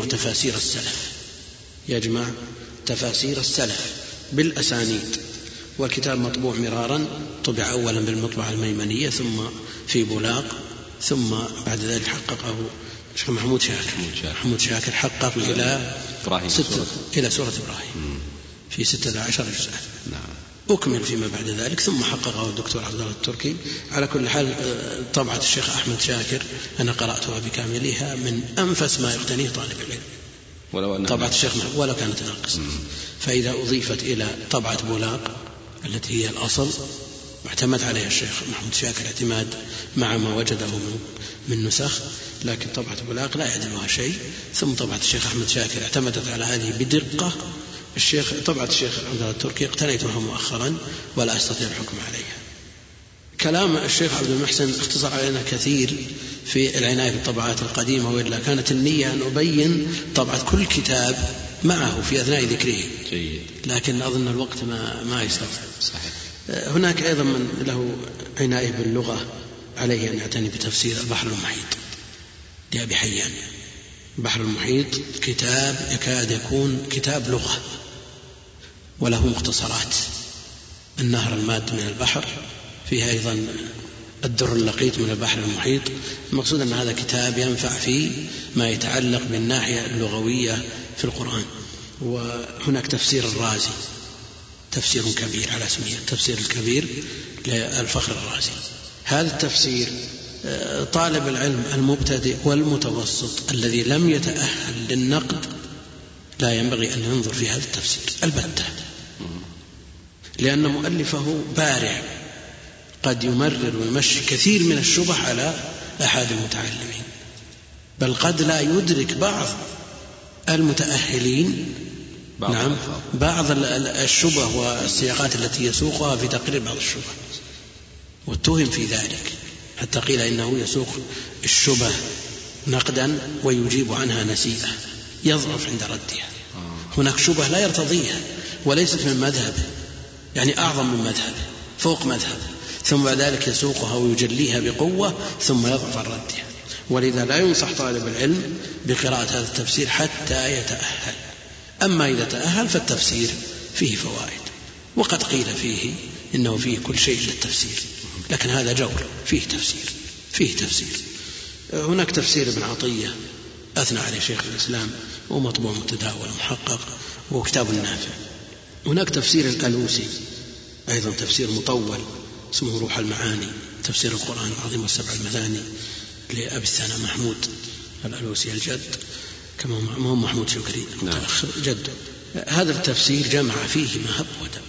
Speaker 2: تفاسير السلف بالأسانيد. والكتاب مطبوع مرارا، طبع أولا بالمطبعة الميمنية، ثم في بولاق، ثم بعد ذلك حققه الشيخ محمود شاكر حقق إلى سورة إبراهيم في 16 جزءا. أكمل فيما بعد ذلك، ثم حققه الدكتور عبد الله التركي. على كل حال طبعة الشيخ أحمد شاكر أنا قرأتها بكاملها، من أنفس ما يقتنيه طالب العلم طبعة الشيخ ولو كانت ناقصة. فإذا أضيفت إلى طبعة بولاق التي هي الأصل واعتمد عليها الشيخ محمود شاكر اعتماد مع ما وجده من نسخ، لكن طبعة بولاق لا يعدلها شيء. ثم طبعة الشيخ أحمد شاكر اعتمدت على هذه بدقة. طبعة الشيخ عبد الله التركي اقتنيتها مؤخرا ولا أستطيع الحكم عليها. كلام الشيخ عبد المحسن اختصر علينا كثير في العناية بالطبعات القديمة، وإلا كانت النية أن أبين طبعة كل كتاب معه في أثناء ذكره، لكن أظن الوقت ما يستطيع. هناك أيضا من له عناية باللغة عليه أن يعتني بتفسير البحر المحيط لأبي حيان. البحر المحيط كتاب يكاد يكون كتاب لغة، وله مختصرات. النهر الماد من البحر، فيها أيضا الدر اللقيط من البحر المحيط. المقصود أن هذا كتاب ينفع في ما يتعلق بالناحية اللغوية في القرآن. وهناك تفسير الرازي، تفسير كبير على اسمه التفسير الكبير للفخر الرازي. هذا التفسير طالب العلم المبتدئ والمتوسط الذي لم يتأهل للنقد لا ينبغي أن ينظر في هذا التفسير البتة، لأن مؤلفه بارع قد يمرر ويمشي كثير من الشبه على أحد المتعلمين، بل قد لا يدرك بعض المتأهلين بعض الشبه والسياقات التي يسوقها في تقرير بعض الشبه، واتهم في ذلك حتى قيل إنه يسوق الشبه نقدا ويجيب عنها نسيئة، يضعف عند ردها. هناك شبه لا يرتضيها وليست من مذهبه، يعني أعظم من مذهبه فوق مذهبه، ثم بعد ذلك يسوقها ويجليها بقوة ثم يضعف عن ردها. ولذا لا ينصح طالب العلم بقراءة هذا التفسير حتى يتأهل. أما إذا تأهل فالتفسير فيه فوائد، وقد قيل فيه إنه فيه كل شيء للتفسير، لكن هذا جور، فيه تفسير. هناك تفسير ابن عطية أثنى عليه شيخ الإسلام ومطبوع متداول محقق وكتاب النافع. هناك تفسير الألوسي أيضا تفسير مطول اسمه روح المعاني، تفسير القرآن العظيم والسبع المثاني لأبي الثناء محمود الألوسي الجد، كما هو محمود شكري المتأخر جده. هذا التفسير جمع فيه ما هب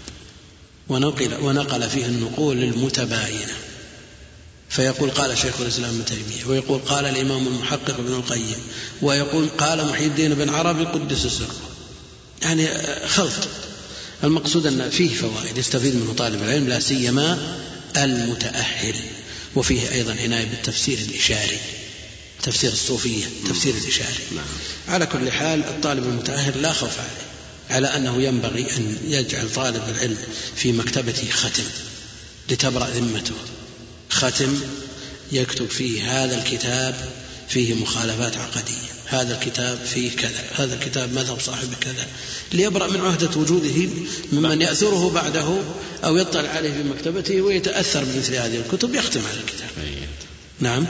Speaker 2: ودب ونقل فيه النقول المتباينة، فيقول قال شيخ الإسلام ابن تيمية، ويقول قال الإمام المحقق ابن القيم، ويقول قال محي الدين بن عربي قدس سره، يعني خلط. المقصود أن فيه فوائد يستفيد منه طالب العلم لا سيما المتأهل. وفيه أيضا عناية بالتفسير الإشاري، تفسير الصوفية، تفسير الإشاري. على كل حال الطالب المتأهل لا خوف على أنه ينبغي أن يجعل طالب العلم في مكتبته ختم لتبرأ ذمته، ختم يكتب فيه هذا الكتاب فيه مخالفات عقدية، هذا الكتاب فيه كذا، هذا الكتاب مذهب صاحب كذا، ليبرأ من عهدة وجوده ممن يأثره بعده أو يطلع عليه في مكتبته ويتأثر بمثل هذه الكتب يختم على الكتاب. نعم.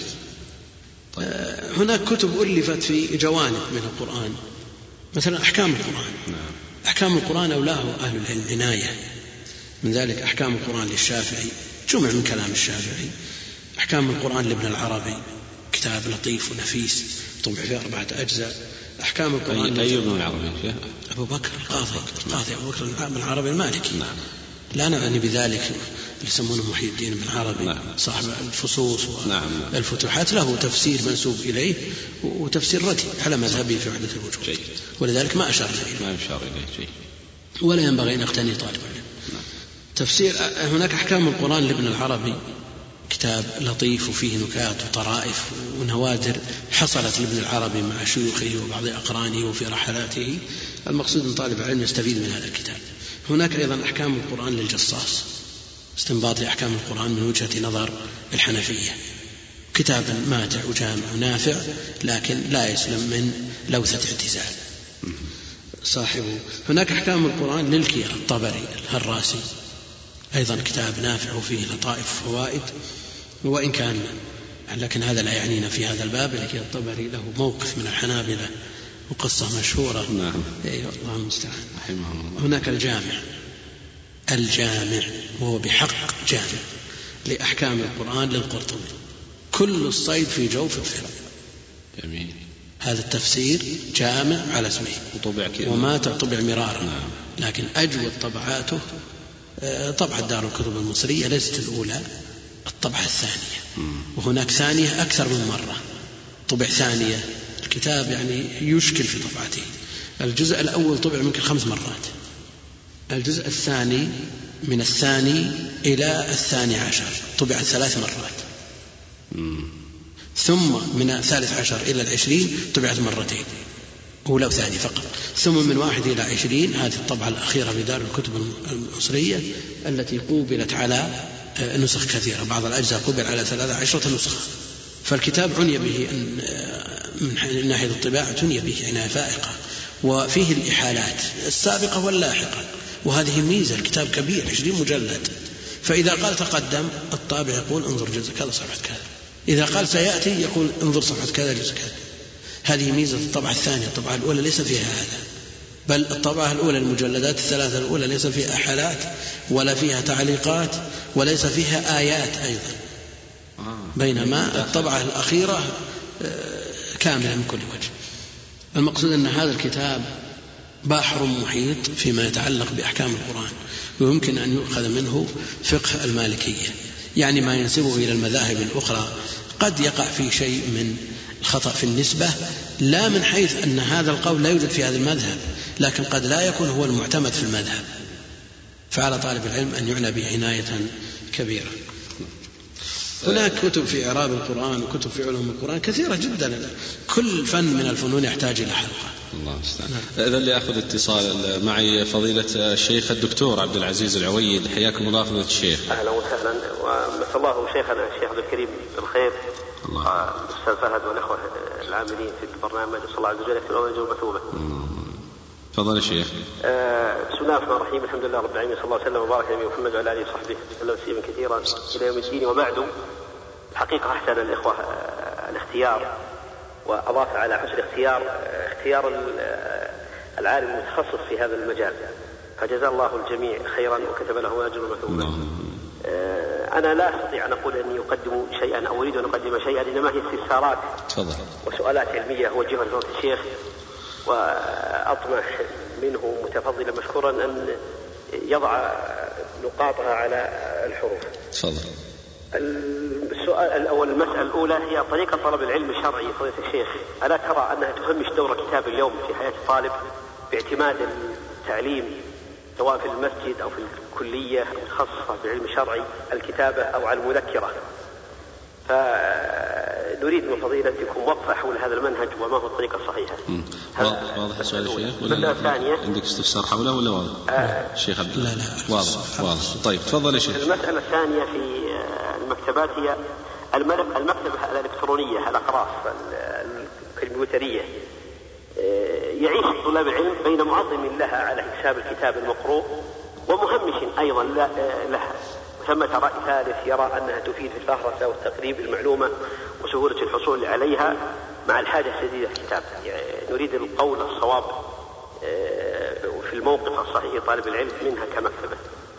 Speaker 2: هناك كتب ألفت في جوانب من القرآن، مثلا أحكام القرآن. أحكام القرآن أولاه أهل العلم عناية، من ذلك أحكام القرآن للشافعي، جمع من كلام الشافعي. أحكام القرآن لابن العربي، كتاب لطيف ونفيس طبع فيه 4 أجزاء. أحكام القرآن
Speaker 1: ابن العربي
Speaker 2: أبو بكر القاضي أبو بكر بن العربي المالكي. لا نعني بذلك اللي يسمونه محي الدين بن عربي صاحب الفصوص والفتوحات، له تفسير منسوب إليه وتفسير ردي على مذهبه في وحدة الوجود، ولذلك ما أشار إليه ولا ينبغي أن يقتني طالب العلم. تفسير هناك أحكام القرآن لابن العربي، كتاب لطيف وفيه نكات وطرائف ونوادر حصلت لابن العربي مع شيوخه وبعض أقرانه وفي رحلاته. المقصود أن طالب العلم يستفيد من هذا الكتاب. هناك أيضا أحكام القرآن للجصاص، استنباط أحكام القرآن من وجهة نظر الحنفية، كتاب ماتع وجامع ونافع لكن لا يسلم من لوثة اعتزال صاحبه. هناك أحكام القرآن للكي الطبري الهراسي، أيضا كتاب نافع وفيه لطائف وفوائد، وإن كان لكن هذا لا يعنينا في هذا الباب. الكي الطبري له موقف من الحنابلة وقصة مشهورة. الله المستعان. هناك الجامع وهو بحق جامع لأحكام القرآن للقرطبي، كل الصيد في جوف الفرع. جميل. هذا التفسير جامع على اسمه وما طبع مرارا. لكن أجود طبعاته طبعة دار الكتب المصرية ليست الأولى، الطبعة الثانية، وهناك ثانية أكثر من مرة، طبع ثانية. الكتاب يعني يشكل في طبعته. الجزء الأول طبع ممكن 5 مرات، الجزء الثاني من الثاني إلى 12 طبع 3 مرات، ثم من 13 إلى 20 طبعت 2 مرات، أولى وثاني فقط، ثم من 1 إلى 20 هذه الطبعة الأخيرة في دار الكتب المصرية التي قوبلت على نسخ كثيرة، بعض الأجزاء قوبل على 13 نسخة. فالكتاب عني به من ناحية الطباعة عني به عناية فائقة، وفيه الإحالات السابقة واللاحقة، وهذه ميزة. الكتاب كبير 20 مجلد، فإذا قال تقدم الطابع يقول انظر جزء كذا صفحة كذا، إذا قال سيأتي يقول انظر صفحة كذا جزء كذا. هذه ميزة الطبعة الثانية. الطبعة الأولى ليس فيها هذا، بل الطبعة الأولى المجلدات الثلاثة الأولى ليس فيها حالات ولا فيها تعليقات وليس فيها آيات أيضا، بينما الطبعة الأخيرة كاملة من كل وجه. المقصود أن هذا الكتاب بحر محيط فيما يتعلق بأحكام القرآن، ويمكن أن يؤخذ منه فقه المالكية، يعني ما ينسبه إلى المذاهب الأخرى. قد يقع فيه شيء من الخطأ في النسبة، لا من حيث أن هذا القول لا يوجد في هذا المذهب، لكن قد لا يكون هو المعتمد في المذهب، فعلى طالب العلم أن يعنى بعناية كبيرة. هناك كتب في إعراب القرآن وكتب في علوم القرآن كثيرة جدا، كل فن من الفنون يحتاج إلى حلقة.
Speaker 1: الله يستعان. إذا اللي أخذ اتصال معي فضيلة الشيخ الدكتور عبد العزيز العويد، حياكم الله فضيلة الشيخ.
Speaker 5: أهلا وسهلا، ومسا الله شيخنا الشيخ عبد الكريم بالخير، الأستاذ فهد والأخوة العاملين في البرنامج، صلى الله عز وجل في الأول والأجر مثوبة.
Speaker 1: تفضل يا شيخ.
Speaker 5: بسم الله الرحمن الرحيم، الحمد لله رب العالمين، صلى الله وسلم وبارك على محمد وعلى آله وصحبه وسلم تسليما كثيرا إلى يوم الدين. وبعد، الحقيقة أحسن الإخوة الاختيار، وأضاف على حسن اختيار العالم المتخصص في هذا المجال، فجزا الله الجميع خيرا وكتب له أجر مثوبا. أنا لا أستطيع أن أقول أني أقدم شيئا أو أريد أن أقدم شيئا، إنما هي استفسارات وسؤالات علمية أوجهها لفضيلة الشيخ، وأطمح منه متفضلا مشكورا أن يضع نقاطها على الحروف.
Speaker 1: تفضل.
Speaker 5: السؤال الأول، المسألة الأولى هي طريقة طلب العلم الشرعي. فضيلة الشيخ، ألا ترى أنها تهمش دور كتاب اليوم في حياة الطالب باعتماد التعليم سواء في المسجد أو في الكلية المتخصصة بالعلم الشرعي الكتابة أو على المذكرة؟ فنريد من فضيلتكم وقفة حول هذا المنهج وما هو الطريقة الصحيحة.
Speaker 1: واضح السؤال يا شيخ؟ ولا
Speaker 5: الثانية
Speaker 1: عندك استفسار حوله ولا واضح؟ الشيخ عبد الله. لا واضح. طيب تفضل يا شيخ.
Speaker 5: المسألة الثانية في المكتبات هي المكتبة الإلكترونية، الأقراص الكمبيوترية. يعيش طلاب العلم بين معظم لها على حساب الكتاب المقروء ومهمش أيضا لها، ثم رأي ثالث يرى أنها تفيد في الفهرسة والتقريب المعلومة وسهولة الحصول عليها مع الحاجة الشديدة الكتاب. يعني نريد القول الصواب في الموقف الصحيح طالب العلم منها كمكتبة.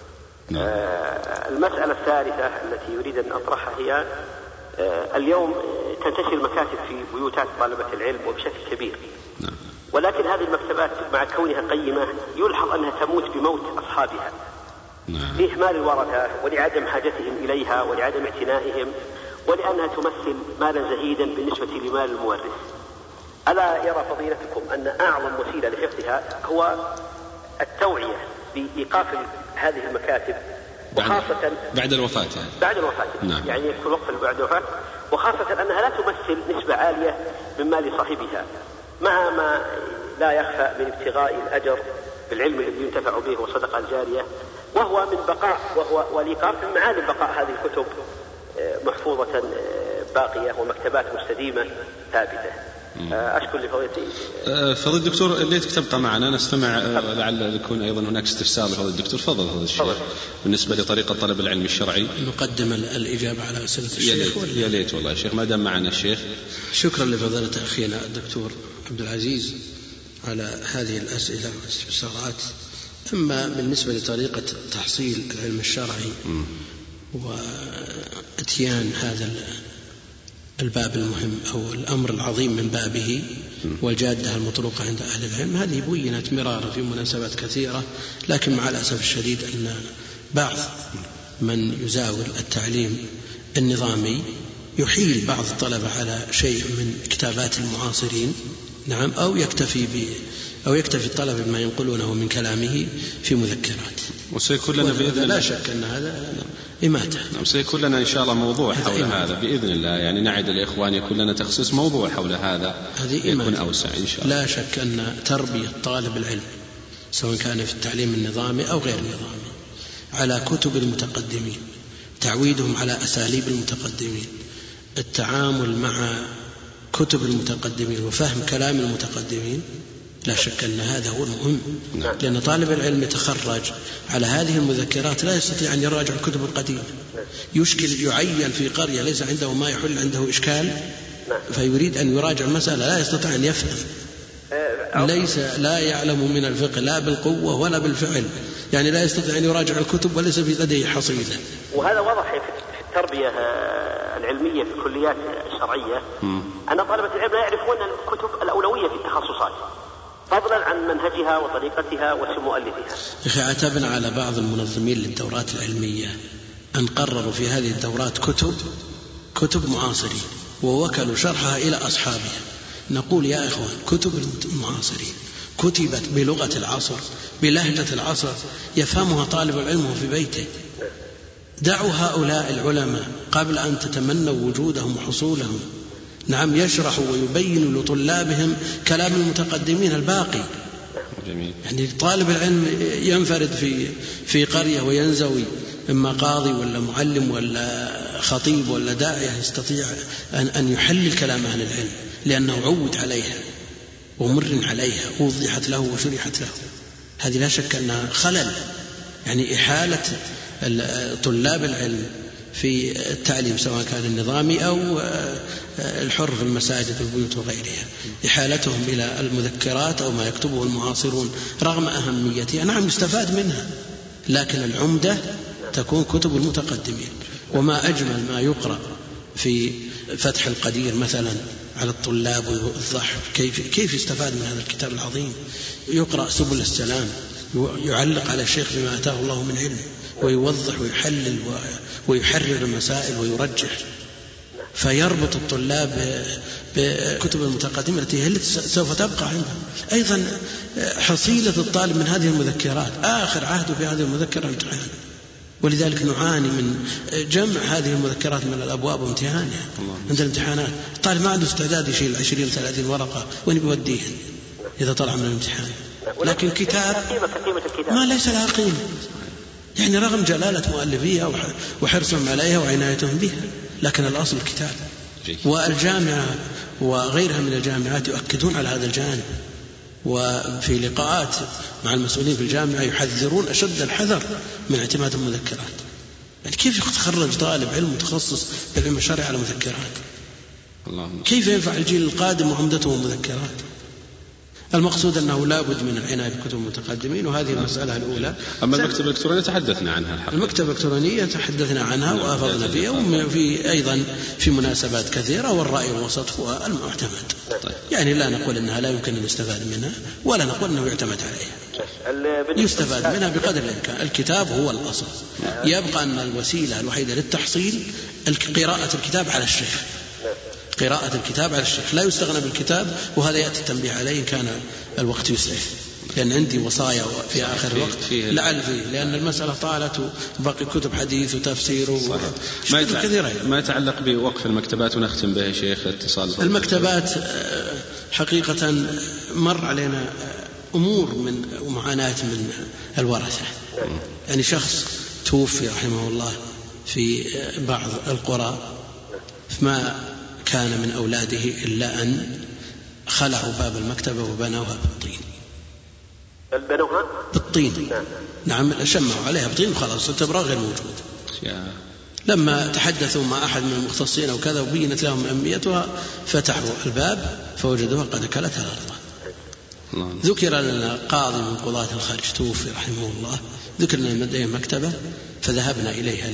Speaker 5: المسألة الثالثة التي يريد أن أطرحها هي اليوم تنتشر المكاتب في بيوتات طلبة العلم وبشكل كبير، ولكن هذه المكتبات مع كونها قيمة يلحظ أنها تموت بموت أصحابها لإهمال الورثة ولعدم حاجتهم إليها ولعدم اعتنائهم، ولأنها تمثل مالا زهيدا بالنسبة لمال المورث. ألا يرى فضيلتكم أن أعظم وسيلة لحفظها هو التوعية بإيقاف هذه المكاتب، وخاصة
Speaker 1: بعد الوفاة
Speaker 5: نعم. يعني في الوقت بعد الوفاة، وخاصة أنها لا تمثل نسبة عالية من مال صاحبها، مع ما لا يخفى من ابتغاء الأجر بالعلم الذي ينتفع به وصدقة الجارية، وهو من بقاء والإيقاف من معالم بقاء هذه الكتب محفوظة باقية ومكتبات مستديمة ثابتة. أشكر لفضيلتي.
Speaker 1: فضيلة الدكتور، ليت تبقى معنا نستمع، لعل يكون أيضا هناك استفسار لفضيلة الدكتور. فضل هذا الشيء بالنسبة لطريقة طلب العلم الشرعي.
Speaker 2: نقدم الإجابة على أسئلة الشيخ.
Speaker 1: يا ليت والله يا شيخ ما دام معنا الشيخ.
Speaker 2: شكرا لفضيلة أخينا الدكتور عبد العزيز على هذه الأسئلة والاستفسارات. أما بالنسبة لطريقة تحصيل العلم الشرعي واتيان هذا الباب المهم أو الأمر العظيم من بابه والجادة المطروقة عند أهل العلم، هذه بينت مرارا في مناسبات كثيرة، لكن مع الأسف الشديد أن بعض من يزاول التعليم النظامي يحيل بعض الطلبة على شيء من كتابات المعاصرين، نعم، أو يكتفي الطلبة بما ينقلونه من كلامه في مذكرات.
Speaker 1: وسيكون لنا بإذن الله،
Speaker 2: لا شك أن هذا إماتة.
Speaker 1: نعم، سيكون لنا إن شاء الله موضوع حول هذا بإذن الله، يعني نعد الإخوان يكون لنا تخصيص موضوع حول هذا يكون أوسع إن شاء الله.
Speaker 2: لا شك أن تربية طالب العلم سواء كان في التعليم النظامي أو غير النظامي على كتب المتقدمين، تعويدهم على أساليب المتقدمين، التعامل مع كتب المتقدمين وفهم كلام المتقدمين، لا شك أن هذا هو المهم، لأن طالب العلم يتخرج على هذه المذكرات لا يستطيع أن يراجع الكتب القديمة، يشكل يعين في قرية ليس عنده ما يحل عنده إشكال فيريد أن يراجع المسألة لا يستطيع أن يفهم، لا يعلم من الفقه لا بالقوة ولا بالفعل، يعني لا يستطيع أن يراجع الكتب وليس في لديه حصيلة.
Speaker 5: وهذا واضح في التربية العلمية في الكليات الشرعية أن طلبة العلم لا يعرفون الكتب الأولوية في التخصصات فضلا عن منهجها وطريقتها واسم مؤلفها.
Speaker 2: عتبنا على بعض المنظمين للدورات العلمية أن قرروا في هذه الدورات كتب معاصرين ووكلوا شرحها إلى أصحابها. نقول يا إخوان كتب المعاصرين كتبت بلغة العصر بلهجة العصر يفهمها طالب العلم في بيته. دعوا هؤلاء العلماء قبل أن تتمنوا وجودهم وحصولهم، نعم، يشرحوا ويبينوا لطلابهم كلام المتقدمين الباقي. يعني طالب العلم ينفرد في قرية وينزوي إما قاضي ولا معلم ولا خطيب ولا داعية يستطيع أن يحلل كلام أهل العلم لأنه عود عليها ومر عليها ووضحت له وشرحت له. هذه لا شك أنها خلل، يعني إحالة طلاب العلم في التعليم سواء كان النظامي أو الحر في المساجد والبيوت وغيرها، إحالتهم إلى المذكرات أو ما يكتبه المعاصرون رغم أهميتها نعم يستفاد منها، لكن العمدة تكون كتب المتقدمين. وما أجمل ما يقرأ في فتح القدير مثلا على الطلاب ويوضح كيف يستفاد من هذا الكتاب العظيم. يقرأ سبل السلام يعلق على الشيخ بما أتاه الله من علم ويوضح ويحلل ويحرر المسائل ويرجح، فيربط الطلاب بكتب المتقدمة التي هي سوف تبقى عندهم. أيضا حصيلة الطالب من هذه المذكرات آخر عهده في هذه المذكرة امتحان، ولذلك نعاني من جمع هذه المذكرات من الأبواب وامتحانها عند الامتحانات. الطالب ما عنده استعداد يشيل 20-30 ورقة وين بيوديهن إذا طلع من الامتحان، لكن كتاب ما ليس لها قيمة، يعني رغم جلالة مؤلفيها وحرصهم عليها وعنايتهم بها، لكن الأصل الكتاب. والجامعة وغيرها من الجامعات يؤكدون على هذا الجانب، وفي لقاءات مع المسؤولين في الجامعة يحذرون أشد الحذر من اعتماد المذكرات. يعني كيف يتخرج طالب علم متخصص بالعلم الشرعي على مذكرات؟ كيف ينفع الجيل القادم وعمدته مذكرات؟ المقصود أنه لا بد من العناية بكتب المتقدمين، وهذه المسألة الأولى.
Speaker 1: أما المكتبة الإلكترونية تحدثنا عنها الحقيقة.
Speaker 2: المكتبة الإلكترونية تحدثنا عنها وأفضنا فيها، وفي أيضا في مناسبات كثيرة، والرأي الوسط هو المعتمد. يعني لا نقول أنها لا يمكن أن يستفاد منها ولا نقول أنه يعتمد عليها، يستفاد منها بقدر الإمكان. الكتاب هو الأصل، يبقى أن الوسيلة الوحيدة للتحصيل قراءة الكتاب على الشيخ، قراءة الكتاب على الشيخ، لا يستغنى بالكتاب. وهذا يأتي التنبيه عليه إن كان الوقت يسعف، لأن عندي وصايا في آخر الوقت لعل فيه، لأن المسألة طالت وباقي كتب حديث وتفسير
Speaker 1: ما يتعلق بوقف المكتبات. ونختم به شيخ اتصال
Speaker 2: المكتبات. حقيقة مر علينا أمور من ومعاناة من الورثة، يعني شخص توفي رحمه الله في بعض القرى، فما كان من أولاده إلا أن خلعوا باب المكتبة وبنوها بالطين.
Speaker 5: بنوها
Speaker 2: بالطين، نعم، شمعوا عليها بالطين وخلاص، التبرع غير موجود. لما تحدثوا مع أحد من المختصين أو كذا وبينت لهم أهميتها فتحوا الباب فوجدوها قد أكلتها الأرض. ذكر لنا قاضي من قضاة الخارج توفي رحمه الله، ذكر لنا لديه مكتبة فذهبنا إليها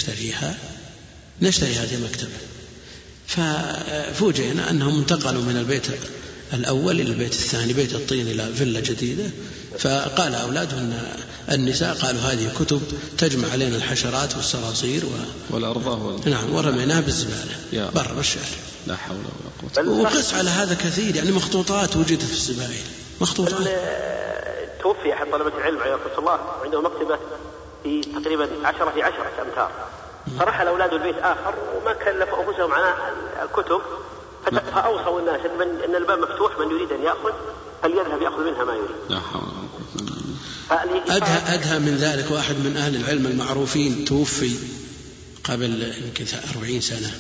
Speaker 2: نشتري هذه المكتبة، ففوجئنا أنهم انتقلوا من البيت الأول إلى البيت الثاني، بيت الطين إلى فيلا جديدة. فقال أولادهن النساء قالوا هذه كتب تجمع علينا الحشرات والصراصير
Speaker 1: والأرض
Speaker 2: نعم، ورميناها بالزبالة برا بالشارع.
Speaker 1: لا حول ولا قوة.
Speaker 2: وقس على هذا كثير، يعني مخطوطات وجدت في الزبائن، مخطوطات.
Speaker 5: توفي أحد طلبة العلم عليه رحمة الله عنده مكتبة في تقريبا 10 في 10 أمتار، فرحل أولاده البيت آخر وما كلفوا أنفسهم عن الكتب، فأوصوا الناس أن الباب مفتوح، من يريد أن يأخذ فليذهب يأخذ منها ما يريد.
Speaker 2: أدهى من ذلك واحد من أهل العلم المعروفين توفي قبل يمكن 40 سنة،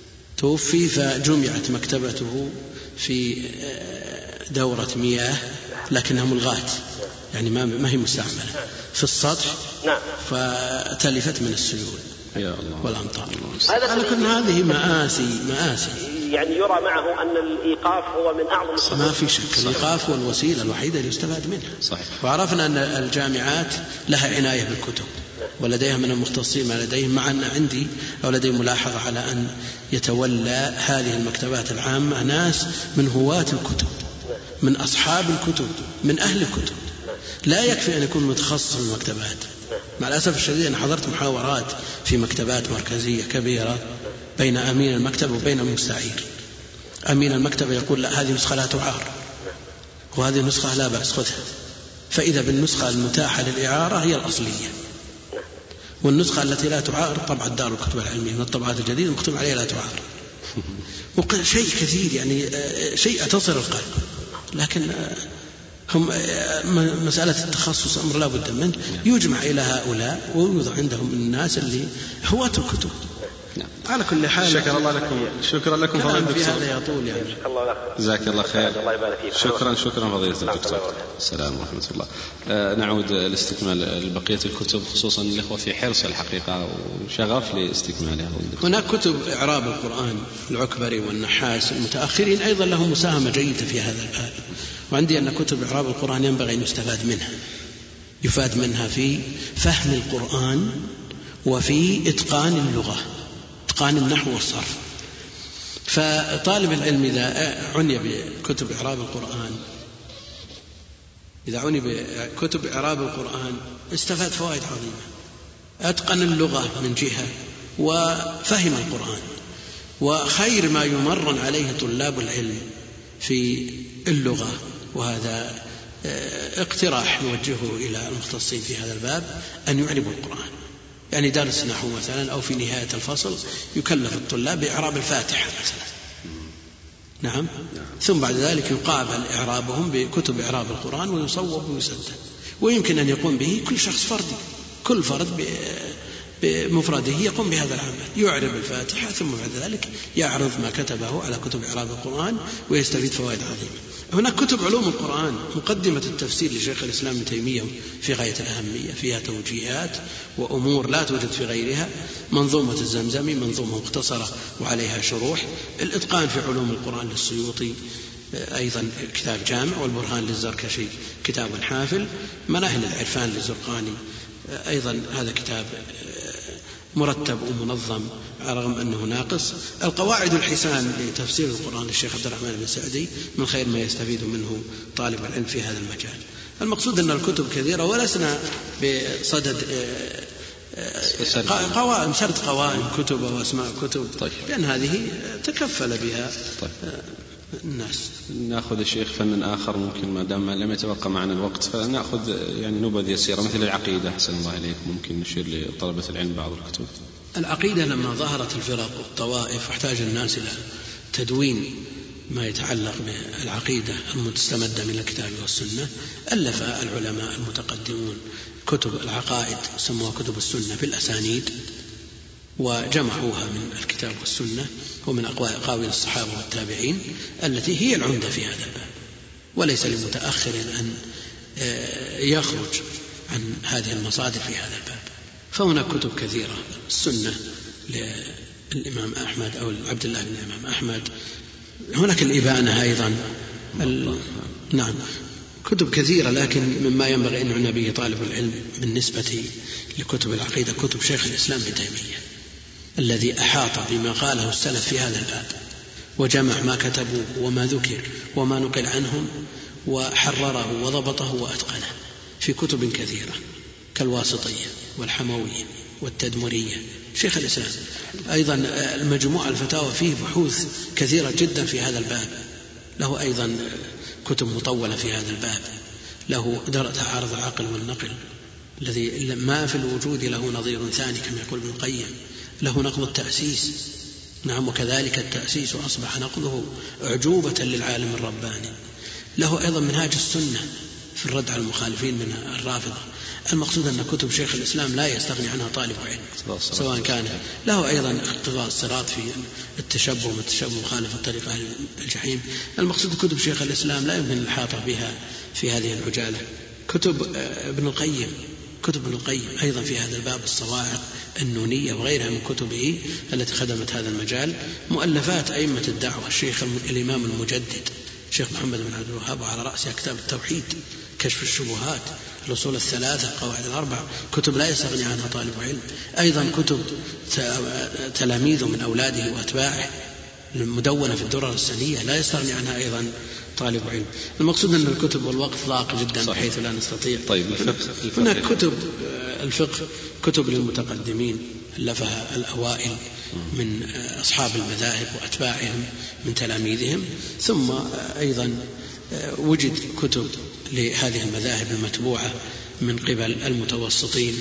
Speaker 2: توفي فجمعت مكتبته في دورة مياه لكنها ملغاة، يعني ما هي مستعملة في السطح. فتلفت من السيول
Speaker 1: يا الله
Speaker 2: والأمطار. لكن هذه مآسي
Speaker 5: يعني يرى معه أن الإيقاف هو من أعظم.
Speaker 2: ما في شك، الإيقاف هو الوسيلة الوحيدة اللي يستفاد منها.
Speaker 1: صحيح.
Speaker 2: وعرفنا أن الجامعات لها عناية بالكتب ولديها من المختصين ما لديهم، مع أن عندي أو لدي ملاحظة على أن يتولى هذه المكتبات العامة ناس من هواة الكتب، من أصحاب الكتب، من أهل الكتب. لا يكفي أن يكون متخصص في المكتبات. مع الأسف الشديد أنا حضرت محاورات في مكتبات مركزية كبيرة بين أمين المكتب وبين المستعير. أمين المكتب يقول لا، هذه نسخة لا تعار، وهذه نسخة لا بأس خذها. فإذا بالنسخة المتاحة للإعارة هي الأصلية، والنسخة التي لا تعار طبعا دار الكتب العلمية من الطبعات الجديدة مكتوب عليها لا تعار. شيء كثير يعني شيء تصل القلب. لكن هم مسألة التخصص أمر لا بد منه، يجمع إلى هؤلاء ويوضع عندهم الناس اللي هواة الكتب. على كل حال
Speaker 1: شكرا لكم فضيلة الدكتور.
Speaker 2: هذا يطول يعني.
Speaker 1: جزاك الله خير. شكرا فضيلة الدكتور. السلام ورحمة الله. نعود لاستكمال بقية الكتب، خصوصا الإخوة في حرص الحقيقة وشغف لاستكمالها.
Speaker 2: هناك كتب إعراب القرآن العكبري والنحاس المتأخرين أيضا لهم مساهمة جيدة في هذا الباب. وعندي أن كتب إعراب القرآن ينبغي أن يفاد منها في فهم القرآن وفي إتقان اللغة، إتقان النحو والصرف. فطالب العلم إذا عني بكتب إعراب القرآن استفاد فوائد عظيمة. أتقن اللغة من جهة وفهم القرآن. وخير ما يمرن عليه طلاب العلم في اللغة، وهذا اقتراح نوجهه إلى المختصين في هذا الباب، أن يعربوا القرآن. يعني درس نحو مثلا أو في نهاية الفصل يكلف الطلاب بإعراب الفاتحة مثلا، نعم، ثم بعد ذلك يقابل إعرابهم بكتب إعراب القرآن ويصوب ويسدد. ويمكن أن يقوم به كل شخص فردي، كل فرد بمفرده يقوم بهذا العمل، يعرب الفاتحة ثم بعد ذلك يعرض ما كتبه على كتب إعراب القرآن ويستفيد فوائد عظيمة. هناك كتب علوم القرآن، مقدمة التفسير لشيخ الإسلام ابن تيمية في غاية الأهمية، فيها توجيهات وأمور لا توجد في غيرها. منظومة الزمزمي منظومة مختصرة وعليها شروح. الإتقان في علوم القرآن للسيوطي أيضا كتاب جامع، والبرهان للزركشي كتاب حافل. مناهل العرفان للزرقاني أيضا هذا كتاب مرتب ومنظم رغم أنه ناقص. القواعد الحسان لتفسير القرآن للشيخ عبد الرحمن بن سعدي من خير ما يستفيد منه طالب العلم في هذا المجال. المقصود أن الكتب كثيرة، ولسنا بصدد قوائم سرد قوائم كتب واسماء كتب، لأن هذه تكفل بها الناس.
Speaker 1: نأخذ الشيخ فن آخر ممكن ما دام لم يتبقى معنا الوقت، فنأخذ يعني نبذ يسيرة مثل العقيدة. أحسن الله إليك، ممكن نشير لطلبة العلم بعض الكتب.
Speaker 2: العقيدة لما ظهرت الفرق والطوائف احتاج الناس إلى تدوين ما يتعلق بالعقيدة المستمدة من الكتاب والسنة. ألف العلماء المتقدمون كتب العقائد سموها كتب السنة بالأسانيد، وجمعوها من الكتاب والسنة ومن أقاويل الصحابة والتابعين التي هي العمدة في هذا الباب، وليس لمتأخر أن يخرج عن هذه المصادر في هذا الباب. فهناك كتب كثيرة، السنة للإمام أحمد أو عبد الله بن الإمام أحمد، هناك الإبانة أيضا نعم، كتب كثيرة. لكن مما ينبغي أن يعنى به طالب العلم بالنسبة لكتب العقيدة كتب شيخ الإسلام ابن تيمية الذي أحاط بما قاله السلف في هذا الباب، وجمع ما كتبوا وما ذكر وما نقل عنهم وحرره وضبطه وأتقنه في كتب كثيرة كالواسطية والحموية والتدمرية. شيخ الإسلام أيضا المجموع الفتاوى فيه بحوث كثيرة جدا في هذا الباب. له أيضا كتب مطولة في هذا الباب، له درء تعارض العقل والنقل الذي ما في الوجود له نظير ثاني كما يقول ابن القيم. له نقض التأسيس، نعم، وكذلك التأسيس أصبح نقضه أعجوبة للعالم الرباني. له أيضا منهاج السنة في الرد على المخالفين من الرافضة. المقصود أن كتب شيخ الإسلام لا يستغني عنها طالب علم، سواء كان له أيضا اقتضاء الصراط في التشبه مخالف الطريقة الجحيم. المقصود كتب شيخ الإسلام لا يمكن الإحاطة بها في هذه العجالة. كتب ابن القيم أيضا في هذا الباب، الصواعق النونية وغيرها من كتبه التي خدمت هذا المجال. مؤلفات أئمة الدعوة الشيخ الإمام المجدد الشيخ محمد بن عبد الوهاب، وعلى رأسها كتاب التوحيد، كشف الشبهات، الأصول الثلاثة، القواعد الأربع، كتب لا يستغني عنها طالب علم. أيضا كتب تلاميذه من أولاده وأتباعه، المدونة في الدرر السنية لا يستغني عنها أيضا طالب علم. المقصود أن الكتب والوقت ضاق جدا بحيث لا نستطيع.
Speaker 1: طيب
Speaker 2: هناك كتب الفقه، كتب للمتقدمين ألفها الأوائل من أصحاب المذاهب وأتباعهم من تلاميذهم، ثم أيضا وجد كتب لهذه المذاهب المتبوعة من قبل المتوسطين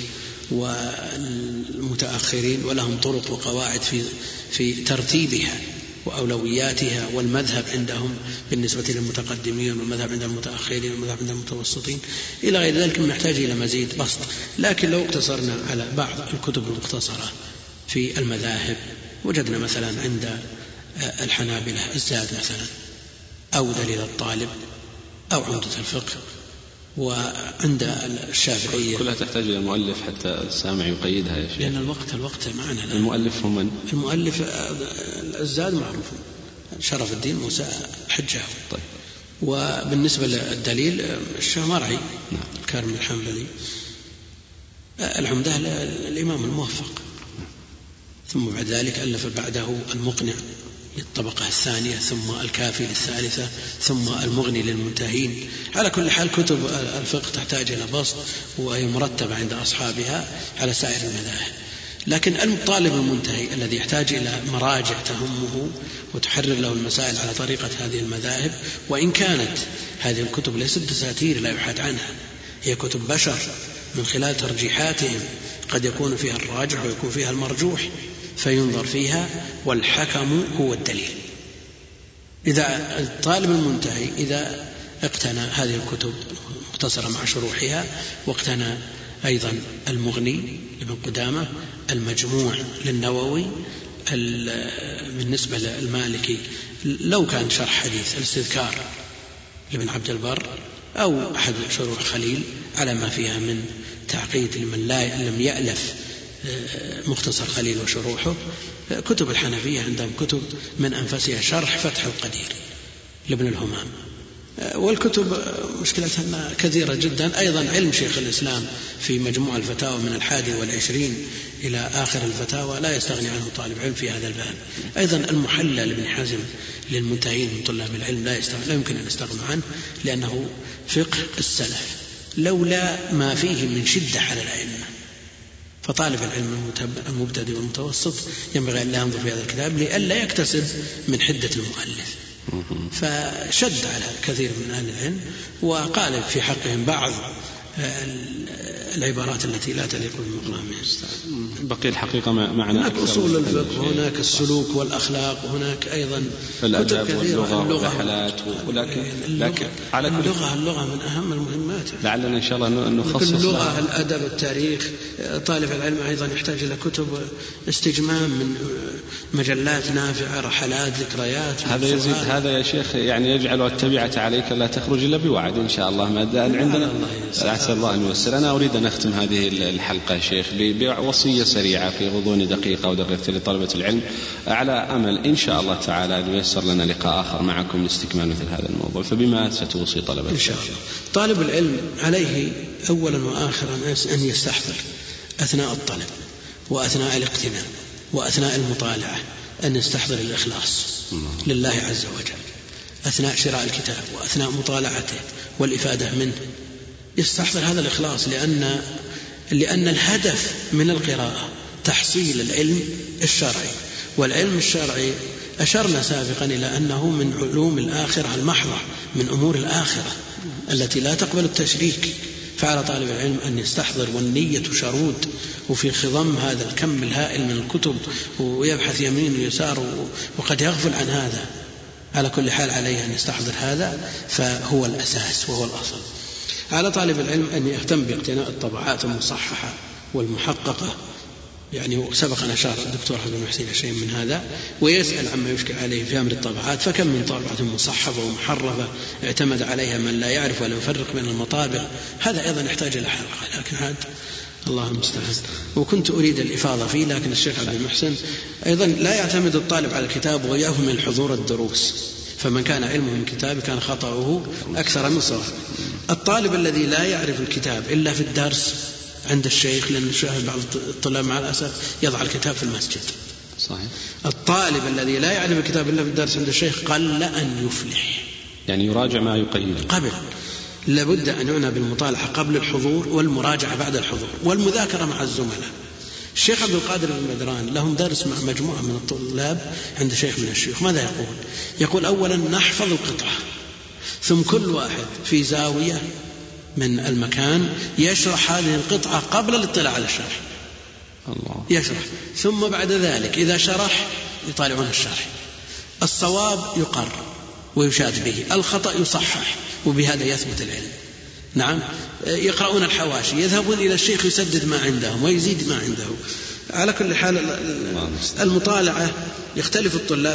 Speaker 2: والمتأخرين، ولهم طرق وقواعد في ترتيبها وأولوياتها، والمذهب عندهم بالنسبة للمتقدمين، والمذهب عند المتأخرين، والمذهب عند المتوسطين إلى غير ذلك، نحتاج إلى مزيد بسط. لكن لو اقتصرنا على بعض الكتب المختصرة في المذاهب، وجدنا مثلا عند الحنابلة الزاد مثلا، أو دليل الطالب، أو عمدة الفقه، وعند الشافعية
Speaker 1: كلها تحتاج إلى مؤلف حتى السامع يقيدها يا شيخ،
Speaker 2: لأن الوقت معنا.
Speaker 1: المؤلف هم من؟
Speaker 2: المؤلف الزاد معروف، شرف الدين موسى الحجاوي.
Speaker 1: طيب.
Speaker 2: وبالنسبة للدليل الشامرعي الكارم الحنبلي، العمدة الإمام الموفق، ثم بعد ذلك ألف بعده المقنع للطبقة الثانية، ثم الكافي للثالثة، ثم المغني للمنتهين. على كل حال كتب الفقه تحتاج إلى بسط وهي مرتبة عند أصحابها على سائر المذاهب. لكن الطالب المنتهي الذي يحتاج إلى مراجع تهمه وتحرر له المسائل على طريقة هذه المذاهب، وإن كانت هذه الكتب ليست دساتير لا يبحث عنها، هي كتب بشر من خلال ترجيحاتهم قد يكون فيها الراجح ويكون فيها المرجوح، فينظر فيها، والحكم هو الدليل. إذا الطالب المنتهي إذا اقتنى هذه الكتب مختصرة مع شروحها، واقتنى أيضا المغني لابن قدامة، المجموع للنووي، بالنسبة للمالكي لو كان شرح حديث الاستذكار لابن عبد البر، أو أحد شروح خليل على ما فيها من تعقيد لمن لم يألف مختصر خليل وشروحه. كتب الحنفية عندهم كتب من أنفسها شرح فتح القدير لابن الهمام، والكتب مشكلتها كثيرة جدا. أيضا علم شيخ الإسلام في مجموع الفتاوى من 21 إلى آخر الفتاوى لا يستغني عنه طالب علم في هذا الباب. أيضا المحلى لابن حزم للمنتهين من طلاب العلم لا يمكن أن يستغنوا عنه، لأنه فقه السلف لولا ما فيه من شدة على العلم. فطالب العلم المبتدئ والمتوسط ينبغي أن لا ينظر في هذا الكتاب لئلا يكتسب من حدة المؤلف، فشد على كثير من أهل العلم وقال في حقهم بعض العبارات التي لا تليق بمقامهم.
Speaker 1: بقي الحقيقة معنا
Speaker 2: هناك أصول الفقه، وهناك السلوك والأخلاق، وهناك أيضا
Speaker 1: الأدب واللغة والرحلات، ولكن على
Speaker 2: اللغة من أهم المهمات.
Speaker 1: لعلنا إن شاء الله أن نخصص
Speaker 2: اللغة، الأدب، التاريخ. طالب العلم أيضا يحتاج إلى كتب استجمام من مجلات نافعة، رحلات، ذكريات.
Speaker 1: هذا يزيد، هذا يا شيخ يعني يجعل التبعة عليك لا تخرج إلا بوعد إن شاء الله ما دام عندنا. أسأل الله أن ييسر. أنا أريد أن أختم هذه الحلقة يا شيخ بوصية سريعة في غضون دقيقة أو دقيقتين لطلبة العلم، على أمل إن شاء الله تعالى أن ييسر لنا لقاء آخر معكم لاستكمال مثل هذا الموضوع. فبما ستوصي طلبة
Speaker 2: إن شاء الله؟ طالب العلم عليه أولا وآخرا أن يستحضر أثناء الطلب وأثناء الاقتناء وأثناء المطالعة أن يستحضر الإخلاص لله عز وجل أثناء شراء الكتاب وأثناء مطالعته والإفادة منه. يستحضر هذا الإخلاص لأن الهدف من القراءة تحصيل العلم الشرعي، والعلم الشرعي أشرنا سابقا إلى أنه من علوم الآخرة المحضة، من أمور الآخرة التي لا تقبل التشريك. فعلى طالب العلم أن يستحضر، والنية شرود، وفي خضم هذا الكم الهائل من الكتب ويبحث يمين ويسار وقد يغفل عن هذا. على كل حال عليه أن يستحضر هذا، فهو الأساس وهو الأصل. على طالب العلم أن يهتم باقتناء الطبعات المصححة والمحققة، يعني سبق أن أشار الدكتور عبد المحسن شيء من هذا، ويسأل عما يشكل عليه في أمر الطبعات، فكم من طبعة مصحفة ومحرفة اعتمد عليها من لا يعرف ولا يفرق بين المطابع، هذا أيضا يحتاج إلى حلقة، لكن هذا الله المستعان. وكنت أريد الإفاضة فيه، لكن الشيخ عبد المحسن أيضا لا يعتمد الطالب على الكتاب ويأخذ من حضور الدروس، فمن كان علمه من كتاب كان خطأه أكثر من صواب. الطالب الذي لا يعرف الكتاب إلا في الدرس عند الشيخ، لأن نشاهد بعض الطلاب مع الأسف يضع الكتاب في المسجد.
Speaker 1: صحيح.
Speaker 2: الطالب الذي لا يعرف الكتاب إلا في الدرس عند الشيخ قل أن يفلح،
Speaker 1: يعني يراجع ما يقيده
Speaker 2: قبل، لابد أن يعنى بالمطالعة قبل الحضور والمراجعة بعد الحضور والمذاكرة مع الزملاء. الشيخ عبد القادر بن بدران لهم درس مع مجموعة من الطلاب عند شيخ من الشيوخ، ماذا يقول؟ أولا نحفظ القطعة، ثم كل واحد في زاوية من المكان يشرح هذه القطعة قبل الاطلاع على الشرح،
Speaker 1: الله
Speaker 2: يشرح، ثم بعد ذلك إذا شرح يطالعون الشرح، الصواب يقر ويشاد به، الخطأ يصحح، وبهذا يثبت العلم. نعم، يقرؤون الحواشي، يذهبون إلى الشيخ يسدد ما عندهم ويزيد ما عنده. على كل حال المطالعة يختلف الطلاب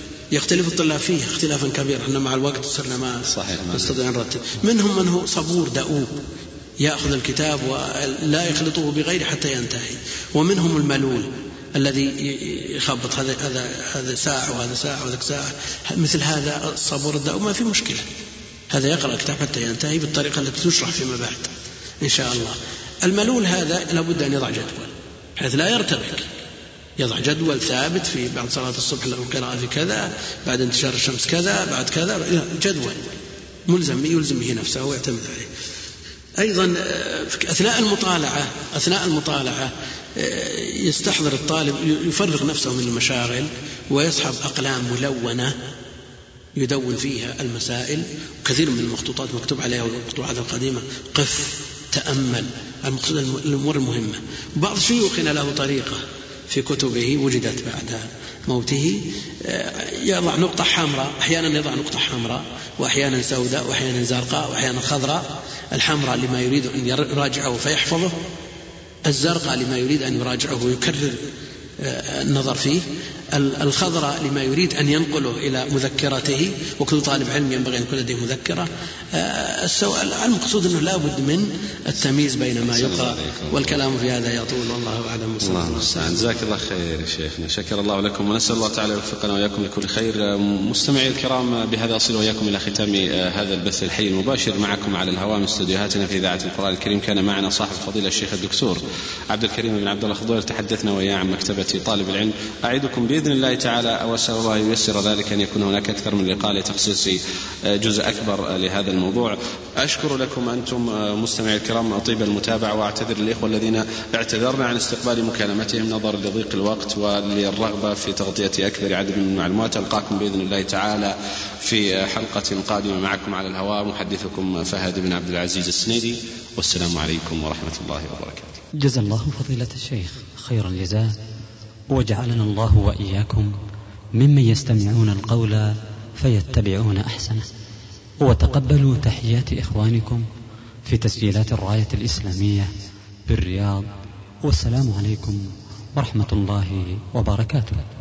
Speaker 2: فيه اختلافا كبيرا، احنا مع الوقت صرنا ما نستطيع نرتب. منهم من هو صبور دؤوب يأخذ الكتاب ولا يخلطه بغيره حتى ينتهي، ومنهم الملول الذي يخبط هذا ساعة وهذا ساعة وذاك ساعة، مثل هذا الصبور الدؤوب ما في مشكلة، هذا يقرأ الكتاب حتى ينتهي بالطريقة التي تشرح فيما بعد إن شاء الله. الملول هذا لابد أن يضع جدول حيث لا يرتبك، يضع جدول ثابت، في بعد صلاة الصبح له قراءة في كذا، بعد انتشار الشمس كذا، بعد كذا، جدول يلزم به نفسه ويعتمد عليه. أيضا أثناء المطالعة يستحضر الطالب، يفرغ نفسه من المشاغل ويصحب أقلام ملونة يدون فيها المسائل، وكثير من المخطوطات مكتوب عليها والمقطوعات القديمة، قف تأمل المقصود الأمور المهمة. بعض شيوخنا له طريقة في كتبه وجدت بعد موته، يضع نقطة حمراء، أحيانا يضع نقطة حمراء وأحيانا سوداء وأحيانا زرقاء وأحيانا خضراء، الحمراء لما يريد أن يراجعه فيحفظه، الزرقاء لما يريد أن يراجعه ويكرر النظر فيه، الخضراء لما يريد أن ينقله إلى مذكرته، وكل طالب علم ينبغي أن يكون لديه مذكرة. المقصود أنه لا بد من التمييز بين ما يقرأ، والكلام في هذا يطول، والله أعلم.
Speaker 1: جزاك الله خير شيخنا، شكر الله لكم، ونسأل الله تعالى يوفقنا وإياكم لكل خير. مستمعي الكرام، بهذا أصل وإياكم إلى ختام هذا البث الحي المباشر معكم على الهواء من استديوهاتنا في إذاعة القرآن الكريم. كان معنا صاحب فضيلة الشيخ الدكتور عبد الكريم بن عبد الله الخضير، تحدثنا وإياه عن مكتبة طالب العلم. أعدكم بإذن الله تعالى، أو أسأل الله ييسر ذلك، أن يكون هناك أكثر من لقاء لتخصيص جزء أكبر لهذا الموضوع. أشكر لكم أنتم مستمعي الكرام طيب المتابعة، وأعتذر للإخوة الذين اعتذرنا عن استقبال مكالمتهم نظرا لضيق الوقت وللرغبة في تغطية أكبر عدد من المعلومات. ألقاكم بإذن الله تعالى في حلقة قادمة معكم على الهواء، محدثكم فهد بن عبد العزيز السنيدي، والسلام عليكم ورحمة الله وبركاته.
Speaker 6: جزا الله فضيلة الشيخ خير الجزاء، وجعلنا الله وإياكم ممن يستمعون القول فيتبعون أحسنه. وتقبلوا تحيات إخوانكم في تسجيلات الراية الإسلامية بالرياض، والسلام عليكم ورحمة الله وبركاته.